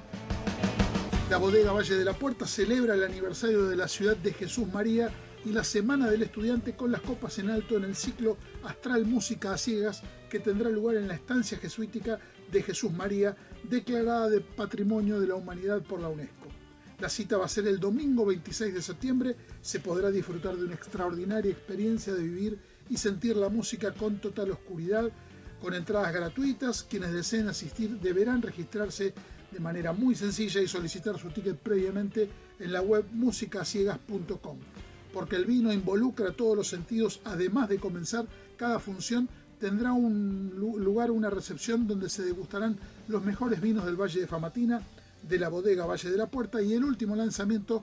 La bodega Valle de la Puerta celebra el aniversario de la ciudad de Jesús María y la Semana del Estudiante con las copas en alto en el ciclo Astral Música a Ciegas, que tendrá lugar en la estancia jesuítica de Jesús María, declarada de Patrimonio de la Humanidad por la UNESCO. La cita va a ser el domingo 26 de septiembre. Se podrá disfrutar de una extraordinaria experiencia de vivir y sentir la música con total oscuridad, con entradas gratuitas. Quienes deseen asistir deberán registrarse de manera muy sencilla y solicitar su ticket previamente en la web musicaciegas.com. Porque el vino involucra todos los sentidos, además de comenzar cada función, tendrá un lugar una recepción donde se degustarán los mejores vinos del Valle de Famatina, de la bodega Valle de la Puerta, y el último lanzamiento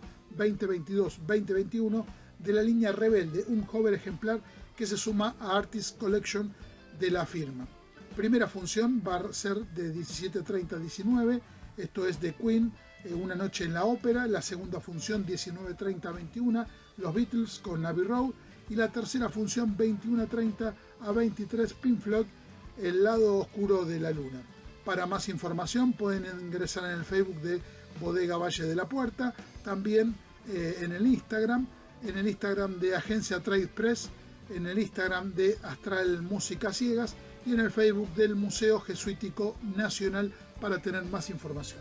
2022-2021 de la línea Rebelde, un joven ejemplar que se suma a Artist Collection de la firma. Primera función va a ser de 17:30 a 19, esto es de Queen, Una noche en la ópera. La segunda función 19:30 a 21, Los Beatles con Abbey Road. Y la tercera función 21:30 a 23, Pink Floyd, El lado oscuro de la luna. Para más información pueden ingresar en el Facebook de Bodega Valle de la Puerta, también en el Instagram de Agencia Trade Press, en el Instagram de Astral Música Ciegas y en el Facebook del Museo Jesuítico Nacional para tener más información.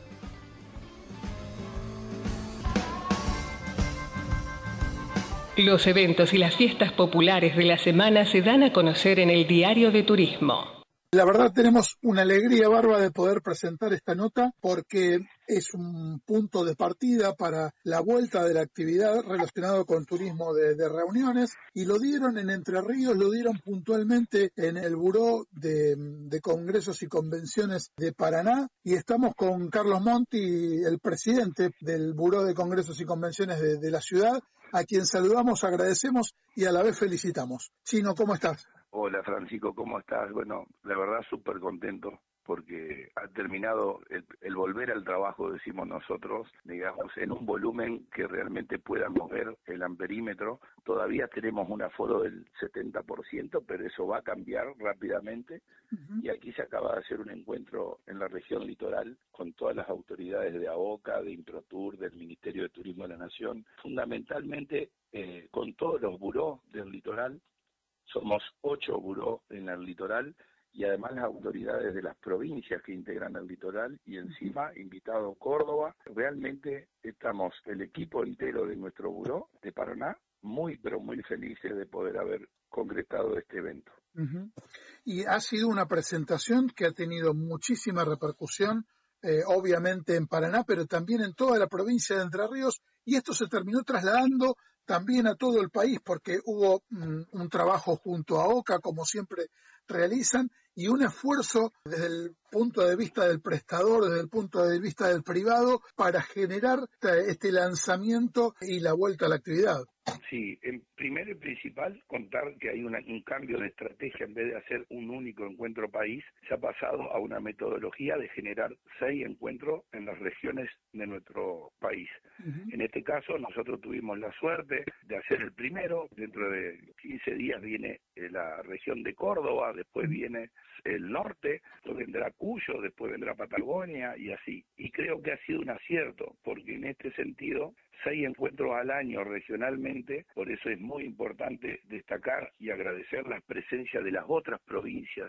Los eventos y las fiestas populares de la semana se dan a conocer en el Diario de Turismo. La verdad tenemos una alegría bárbara de poder presentar esta nota porque es un punto de partida para la vuelta de la actividad relacionada con turismo de reuniones, y lo dieron en Entre Ríos, lo dieron puntualmente en el Buró de Congresos y Convenciones de Paraná, y estamos con Carlos Monti, el presidente del Buró de Congresos y Convenciones de la ciudad, a quien saludamos, agradecemos y a la vez felicitamos. Chino, ¿cómo estás? Hola Francisco, ¿cómo estás? Bueno, la verdad súper contento porque ha terminado el volver al trabajo, decimos nosotros, digamos, en un volumen que realmente pueda mover el amperímetro. Todavía tenemos un aforo del 70%, pero eso va a cambiar rápidamente. Y aquí se acaba de hacer un encuentro en la región litoral con todas las autoridades de AOCA, de Improtur, del Ministerio de Turismo de la Nación, fundamentalmente con todos los burós del litoral. Somos 8 burós en el litoral y además las autoridades de las provincias que integran el litoral y encima invitado Córdoba. Realmente estamos el equipo entero de nuestro buró de Paraná muy pero muy felices de poder haber concretado este evento. Y ha sido una presentación que ha tenido muchísima repercusión, obviamente en Paraná, pero también en toda la provincia de Entre Ríos, y esto se terminó trasladando también a todo el país porque hubo un trabajo junto a OCA, como siempre realizan, y un esfuerzo desde el punto de vista del prestador, desde el punto de vista del privado, para generar este lanzamiento y la vuelta a la actividad. Sí, el primero y principal, contar que hay un cambio de estrategia. En vez de hacer un único encuentro país, se ha pasado a una metodología de generar 6 encuentros en las regiones de nuestro país. En este caso, nosotros tuvimos la suerte suerte de hacer el primero. Dentro de 15 días viene la región de Córdoba, después viene el norte, después vendrá Cuyo, después vendrá Patagonia y así. Y creo que ha sido un acierto, porque en este sentido 6 encuentros al año regionalmente, por eso es muy importante destacar y agradecer la presencia de las otras provincias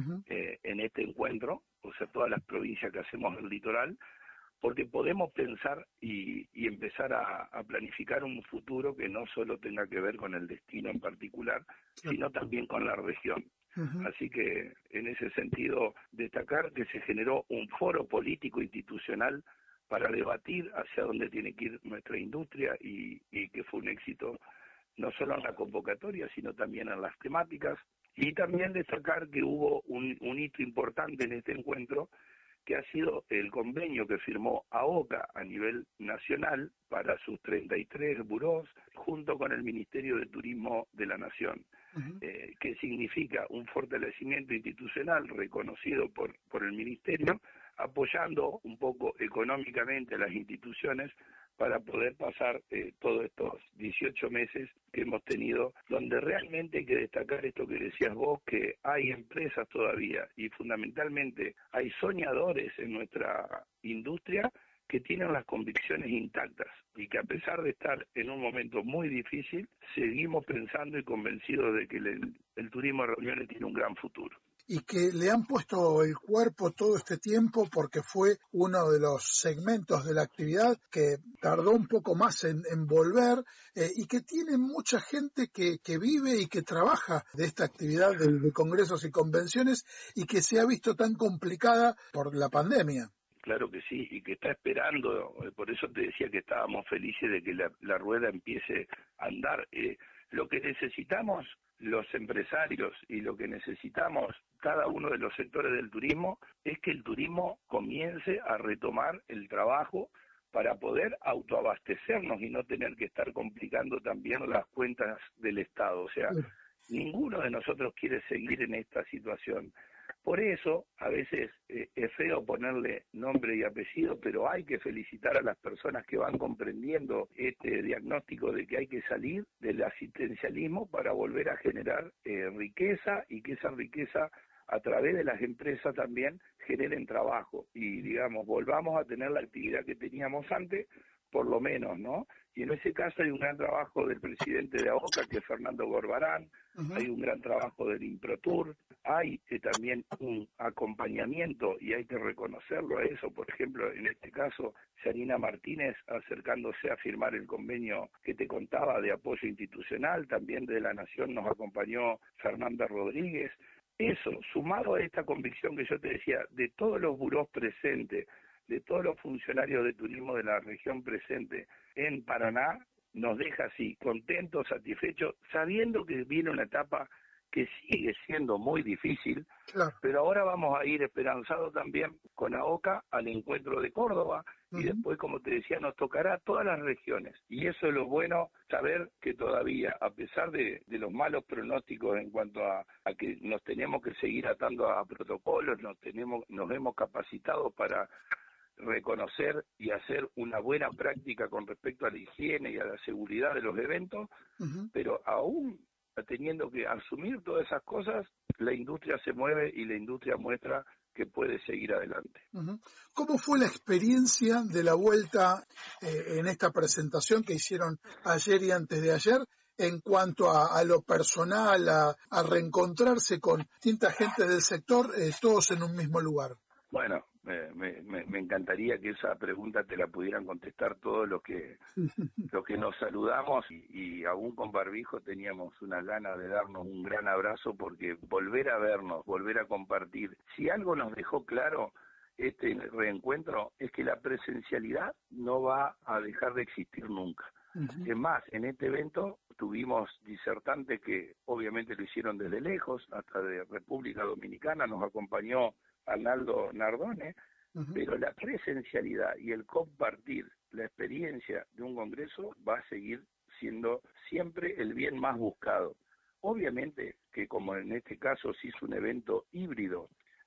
en este encuentro, o sea, todas las provincias que hacemos del litoral, porque podemos pensar y empezar a planificar un futuro que no solo tenga que ver con el destino en particular, sino también con la región. Así que en ese sentido destacar que se generó un foro político institucional para debatir hacia dónde tiene que ir nuestra industria y que fue un éxito no solo en la convocatoria, sino también en las temáticas. Y también destacar que hubo un hito importante en este encuentro, que ha sido el convenio que firmó AOCA a nivel nacional para sus 33 burós, junto con el Ministerio de Turismo de la Nación, que significa un fortalecimiento institucional reconocido por el Ministerio, apoyando un poco económicamente a las instituciones para poder pasar todos estos 18 meses que hemos tenido, donde realmente hay que destacar esto que decías vos, que hay empresas todavía y fundamentalmente hay soñadores en nuestra industria que tienen las convicciones intactas y que a pesar de estar en un momento muy difícil, seguimos pensando y convencidos de que el turismo de reuniones tiene un gran futuro. Y que le han puesto el cuerpo todo este tiempo porque fue uno de los segmentos de la actividad que tardó un poco más en volver y que tiene mucha gente que vive y que trabaja de esta actividad de congresos y convenciones y que se ha visto tan complicada por la pandemia. Claro que sí, y que está esperando, por eso te decía que estábamos felices de que la rueda empiece a andar. Lo que necesitamos los empresarios y lo que necesitamos cada uno de los sectores del turismo es que el turismo comience a retomar el trabajo para poder autoabastecernos y no tener que estar complicando también las cuentas del Estado. O sea, ninguno de nosotros quiere seguir en esta situación. Por eso, a veces es feo ponerle nombre y apellido, pero hay que felicitar a las personas que van comprendiendo este diagnóstico de que hay que salir del asistencialismo para volver a generar riqueza y que esa riqueza a través de las empresas también generen trabajo y, digamos, volvamos a tener la actividad que teníamos antes, por lo menos, ¿no? Y en ese caso hay un gran trabajo del presidente de AOCA, que es Fernando Gorbarán, hay un gran trabajo del Improtur, hay también un acompañamiento, y hay que reconocerlo a eso, por ejemplo, en este caso, Yanina Martínez acercándose a firmar el convenio que te contaba de apoyo institucional, también de la Nación nos acompañó Fernanda Rodríguez. Eso, sumado a esta convicción que yo te decía, de todos los burós presentes, de todos los funcionarios de turismo de la región presente en Paraná, nos deja así, contentos, satisfechos, sabiendo que viene una etapa que sigue siendo muy difícil, pero ahora vamos a ir esperanzados también con AOCA al encuentro de Córdoba, y después, como te decía, nos tocará a todas las regiones. Y eso es lo bueno, saber que todavía, a pesar de los malos pronósticos en cuanto a que nos tenemos que seguir atando a protocolos, nos hemos capacitado para reconocer y hacer una buena práctica con respecto a la higiene y a la seguridad de los eventos, pero aún teniendo que asumir todas esas cosas, la industria se mueve y la industria muestra que puede seguir adelante. ¿Cómo fue la experiencia de la vuelta en esta presentación que hicieron ayer y antes de ayer en cuanto a lo personal, a reencontrarse con distinta gente del sector, todos en un mismo lugar? Bueno, me encantaría que esa pregunta te la pudieran contestar todos los que nos saludamos y aún con barbijo teníamos unas ganas de darnos un gran abrazo, porque volver a vernos, volver a compartir. Si algo nos dejó claro este reencuentro es que la presencialidad no va a dejar de existir nunca. Es más, en este evento tuvimos disertantes que obviamente lo hicieron desde lejos, hasta de República Dominicana, nos acompañó Arnaldo Nardone, pero la presencialidad y el compartir la experiencia de un congreso va a seguir siendo siempre el bien más buscado. Obviamente que, como en este caso se hizo un evento híbrido con gente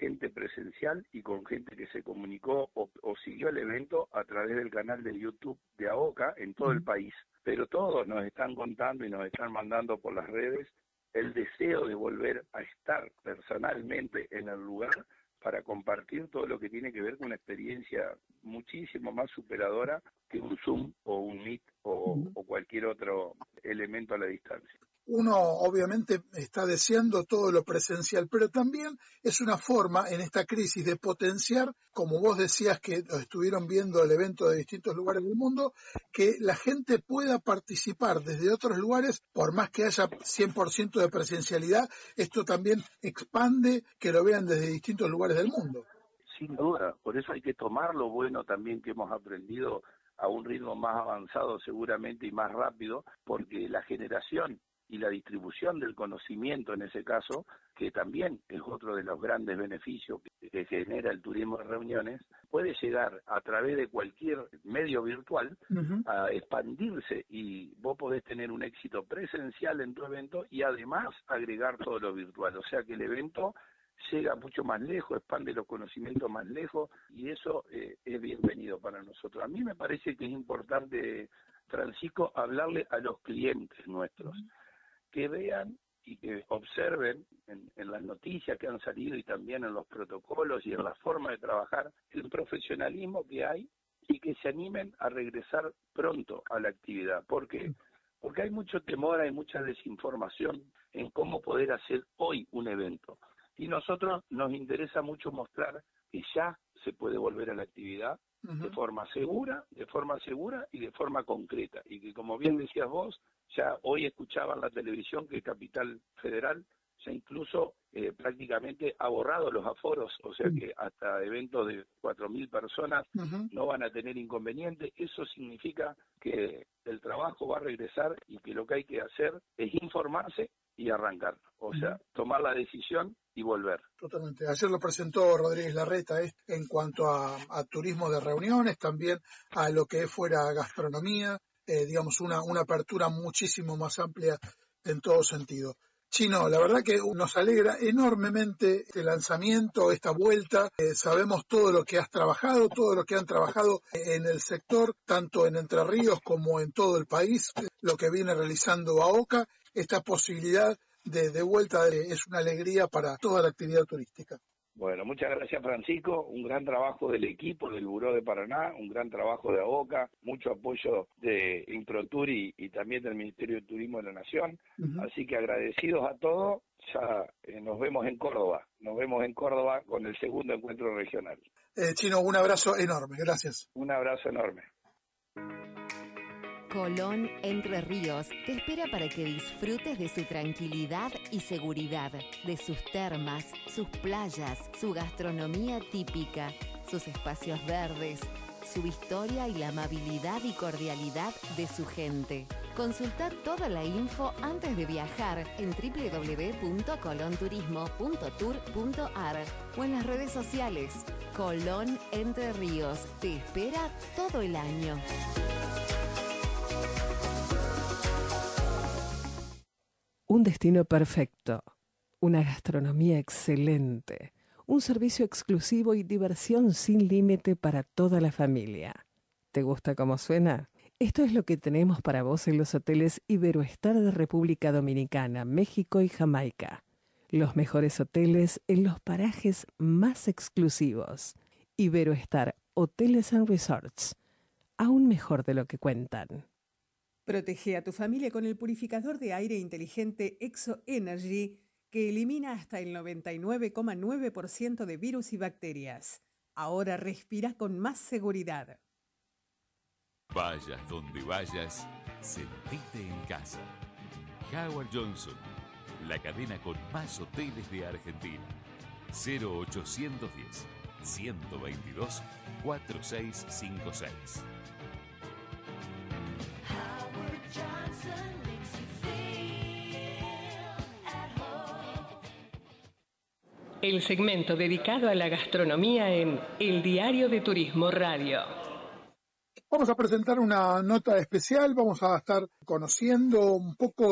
gente presencial y con gente que se comunicó o siguió el evento a través del canal de YouTube de AOCA en todo el país. Pero todos nos están contando y nos están mandando por las redes el deseo de volver a estar personalmente en el lugar para compartir todo lo que tiene que ver con una experiencia muchísimo más superadora que un Zoom o un Meet o cualquier otro elemento a la distancia. Uno obviamente está deseando todo lo presencial, pero también es una forma en esta crisis de potenciar, como vos decías que estuvieron viendo el evento de distintos lugares del mundo, que la gente pueda participar desde otros lugares, por más que haya 100% de presencialidad, esto también expande que lo vean desde distintos lugares del mundo. Sin duda, por eso hay que tomar lo bueno también que hemos aprendido a un ritmo más avanzado seguramente y más rápido, porque la generación y la distribución del conocimiento en ese caso, que también es otro de los grandes beneficios que genera el turismo de reuniones, puede llegar a través de cualquier medio virtual a expandirse y vos podés tener un éxito presencial en tu evento y además agregar todo lo virtual, o sea que el evento llega mucho más lejos, expande los conocimientos más lejos y eso es bienvenido para nosotros. A mí me parece que es importante, Francisco, hablarle a los clientes nuestros, que vean y que observen en las noticias que han salido y también en los protocolos y en la forma de trabajar el profesionalismo que hay y que se animen a regresar pronto a la actividad. ¿Por qué? Porque hay mucho temor, hay mucha desinformación en cómo poder hacer hoy un evento. Y nosotros nos interesa mucho mostrar que ya se puede volver a la actividad de forma segura y de forma concreta. Y que, como bien decías vos, ya hoy escuchaba en la televisión que Capital Federal ya incluso prácticamente ha borrado los aforos, o sea que hasta eventos de 4.000 personas no van a tener inconveniente. Eso significa que el trabajo va a regresar y que lo que hay que hacer es informarse y arrancar, o sea, tomar la decisión y volver. Totalmente. Ayer lo presentó Rodríguez Larreta en cuanto a turismo de reuniones, también a lo que fuera gastronomía, digamos una apertura muchísimo más amplia en todo sentido. Chino, la verdad que nos alegra enormemente este lanzamiento, esta vuelta. Sabemos todo lo que has trabajado, todo lo que han trabajado en el sector, tanto en Entre Ríos como en todo el país, lo que viene realizando AOCA. Esta posibilidad de vuelta es una alegría para toda la actividad turística. Bueno, muchas gracias, Francisco. Un gran trabajo del equipo del Buró de Paraná, un gran trabajo de AOCA, mucho apoyo de Improtur y también del Ministerio de Turismo de la Nación. Así que agradecidos a todos. Ya nos vemos en Córdoba. Nos vemos en Córdoba con el segundo encuentro regional. Chino, un abrazo enorme. Gracias. Un abrazo enorme. Colón Entre Ríos te espera para que disfrutes de su tranquilidad y seguridad, de sus termas, sus playas, su gastronomía típica, sus espacios verdes, su historia y la amabilidad y cordialidad de su gente. Consulta toda la info antes de viajar en www.colonturismo.tour.ar o en las redes sociales. Colón Entre Ríos te espera todo el año. Un destino perfecto, una gastronomía excelente, un servicio exclusivo y diversión sin límite para toda la familia. ¿Te gusta cómo suena? Esto es lo que tenemos para vos en los hoteles Iberoestar de República Dominicana, México y Jamaica. Los mejores hoteles en los parajes más exclusivos. Iberoestar Hoteles and Resorts. Aún mejor de lo que cuentan. Protege a tu familia con el purificador de aire inteligente Exo Energy, que elimina hasta el 99,9% de virus y bacterias. Ahora respira con más seguridad. Vayas donde vayas, sentite en casa. Howard Johnson, la cadena con más hoteles de Argentina. 0810 122 4656. El segmento dedicado a la gastronomía en El Diario de Turismo Radio. Vamos a presentar una nota especial, vamos a estar conociendo un poco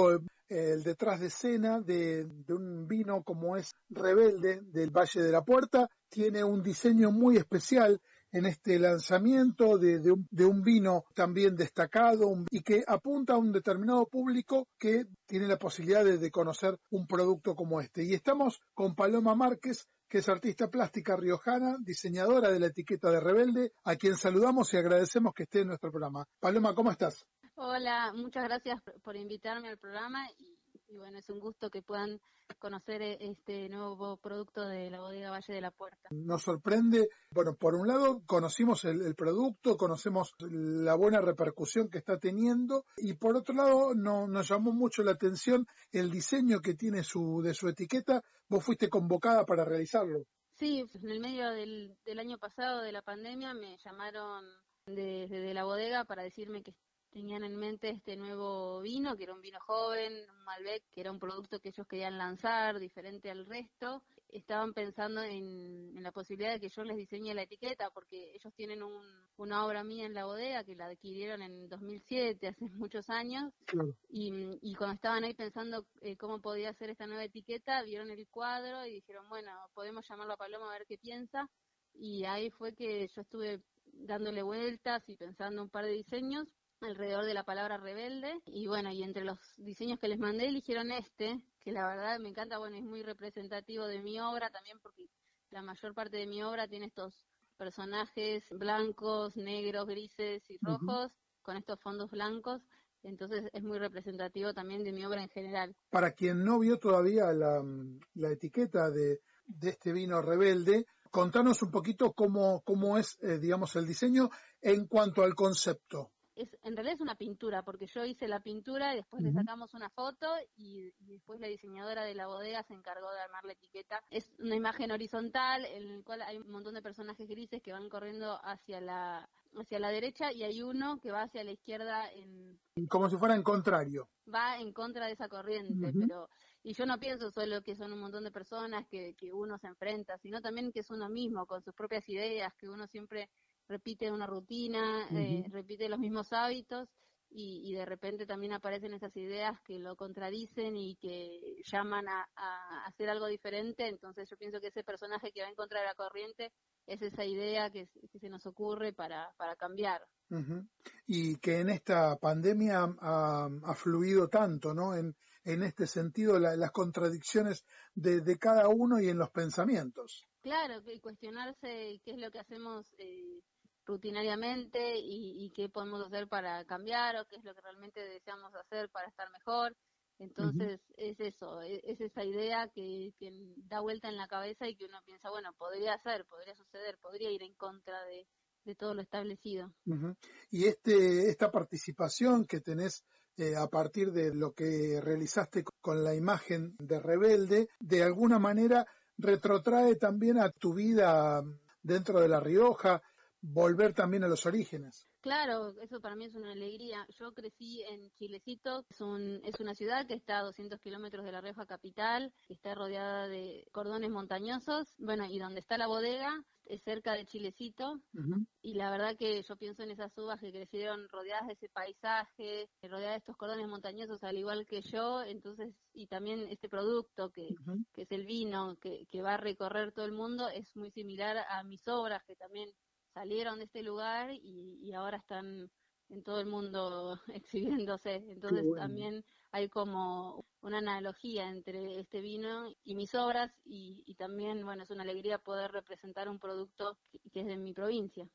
el detrás de escena de un vino como es Rebelde del Valle de la Puerta. Tiene un diseño muy especial en este lanzamiento de un vino también destacado y que apunta a un determinado público que tiene la posibilidad de conocer un producto como este. Y estamos con Paloma Márquez, que es artista plástica riojana, diseñadora de la etiqueta de Rebelde, a quien saludamos y agradecemos que esté en nuestro programa. Paloma, ¿cómo estás? Hola, muchas gracias por invitarme al programa y bueno, es un gusto que puedan conocer este nuevo producto de la bodega Valle de la Puerta. Nos sorprende, bueno, por un lado conocimos el producto, conocemos la buena repercusión que está teniendo y por otro lado nos llamó mucho la atención el diseño que tiene de su etiqueta. Vos fuiste convocada para realizarlo. Sí, en el medio del año pasado de la pandemia me llamaron desde la bodega para decirme que tenían en mente este nuevo vino, que era un vino joven, un Malbec, que era un producto que ellos querían lanzar, diferente al resto. Estaban pensando en la posibilidad de que yo les diseñe la etiqueta, porque ellos tienen una obra mía en la bodega que la adquirieron en 2007, hace muchos años, claro. Y cuando estaban ahí pensando cómo podía hacer esta nueva etiqueta, vieron el cuadro y dijeron, bueno, podemos llamarlo a Paloma a ver qué piensa, y ahí fue que yo estuve dándole vueltas y pensando un par de diseños alrededor de la palabra rebelde, y bueno, y entre los diseños que les mandé eligieron este, que la verdad me encanta, bueno, es muy representativo de mi obra también, porque la mayor parte de mi obra tiene estos personajes blancos, negros, grises y rojos, con estos fondos blancos, entonces es muy representativo también de mi obra en general. Para quien no vio todavía la etiqueta de este vino Rebelde, contanos un poquito cómo es, digamos, el diseño en cuanto al concepto. En realidad es una pintura, porque yo hice la pintura y después le sacamos una foto y después la diseñadora de la bodega se encargó de armar la etiqueta. Es una imagen horizontal en la cual hay un montón de personajes grises que van corriendo hacia la derecha y hay uno que va hacia la izquierda como si fuera en contrario. Va en contra de esa corriente, y yo no pienso solo que son un montón de personas que uno se enfrenta, sino también que es uno mismo, con sus propias ideas, que uno siempre repite una rutina, repite los mismos hábitos y de repente también aparecen esas ideas que lo contradicen y que llaman a hacer algo diferente. Entonces yo pienso que ese personaje que va en contra de la corriente es esa idea que se nos ocurre para cambiar. Y que en esta pandemia ha fluido tanto, ¿no? En este sentido, las contradicciones de cada uno y en los pensamientos. Claro, que cuestionarse qué es lo que hacemos rutinariamente y qué podemos hacer para cambiar o qué es lo que realmente deseamos hacer para estar mejor. Entonces es eso, es esa idea que da vuelta en la cabeza y que uno piensa, bueno, podría suceder, podría ir en contra de todo lo establecido. Y esta participación que tenés a partir de lo que realizaste con la imagen de Rebelde, de alguna manera retrotrae también a tu vida dentro de La Rioja, volver también a los orígenes. Claro, eso para mí es una alegría. Yo crecí en Chilecito, es una ciudad que está a 200 kilómetros de La Rioja capital, que está rodeada de cordones montañosos, bueno, y donde está la bodega es cerca de Chilecito, y la verdad que yo pienso en esas uvas que crecieron rodeadas de ese paisaje, rodeadas de estos cordones montañosos al igual que yo, entonces, y también este producto que es el vino, que va a recorrer todo el mundo, es muy similar a mis obras que también salieron de este lugar y ahora están en todo el mundo exhibiéndose. Entonces también hay como una analogía entre este vino y mis obras y también, bueno, es una alegría poder representar un producto que es de mi provincia.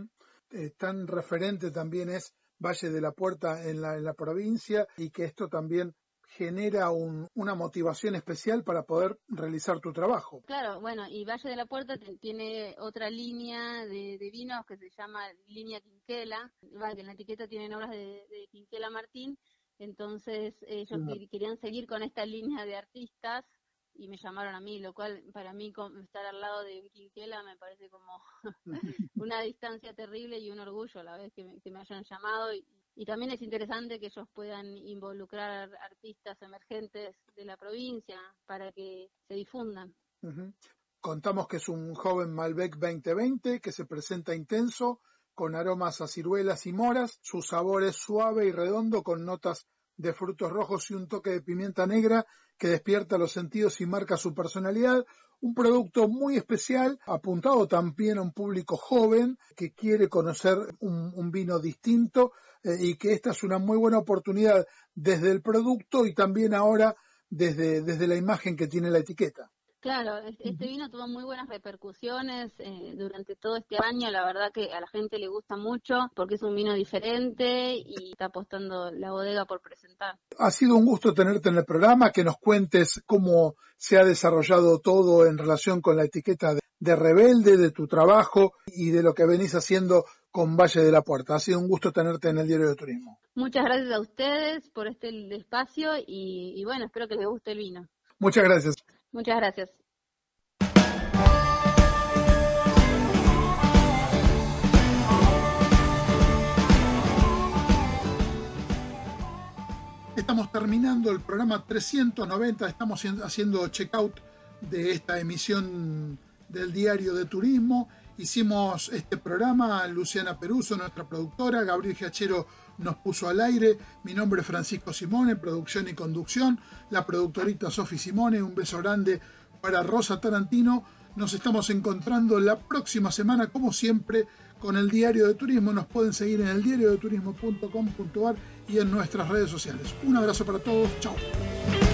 Tan referente también es Valle de la Puerta en la provincia y que esto también genera una motivación especial para poder realizar tu trabajo. Claro, bueno, y Valle de la Puerta tiene otra línea de vinos que se llama línea Quinquela, que en la etiqueta tienen obras de Quinquela Martín, entonces ellos querían seguir con esta línea de artistas y me llamaron a mí, lo cual para mí estar al lado de Quinquela me parece como una distancia terrible y un orgullo a la vez que me hayan llamado y también es interesante que ellos puedan involucrar artistas emergentes de la provincia para que se difundan. Contamos que es un joven Malbec 2020 que se presenta intenso, con aromas a ciruelas y moras, su sabor es suave y redondo con notas de frutos rojos y un toque de pimienta negra que despierta los sentidos y marca su personalidad. Un producto muy especial, apuntado también a un público joven que quiere conocer un vino distinto y que esta es una muy buena oportunidad desde el producto y también ahora desde la imagen que tiene la etiqueta. Claro, este vino tuvo muy buenas repercusiones durante todo este año. La verdad que a la gente le gusta mucho porque es un vino diferente y está apostando la bodega por presentar. Ha sido un gusto tenerte en el programa, que nos cuentes cómo se ha desarrollado todo en relación con la etiqueta de Rebelde, de tu trabajo y de lo que venís haciendo con Valle de la Puerta. Ha sido un gusto tenerte en el Diario de Turismo. Muchas gracias a ustedes por este espacio y bueno, espero que les guste el vino. Muchas gracias. Muchas gracias. Estamos terminando el programa 390, estamos haciendo checkout de esta emisión del Diario de Turismo. Hicimos este programa, Luciana Peruso, nuestra productora, Gabriel Giachero nos puso al aire, mi nombre es Francisco Simone, producción y conducción, la productorita Sofi Simone, un beso grande para Rosa Tarantino. Nos estamos encontrando la próxima semana, como siempre, con el Diario de Turismo. Nos pueden seguir en eldiariodeturismo.com.ar y en nuestras redes sociales. Un abrazo para todos, chao.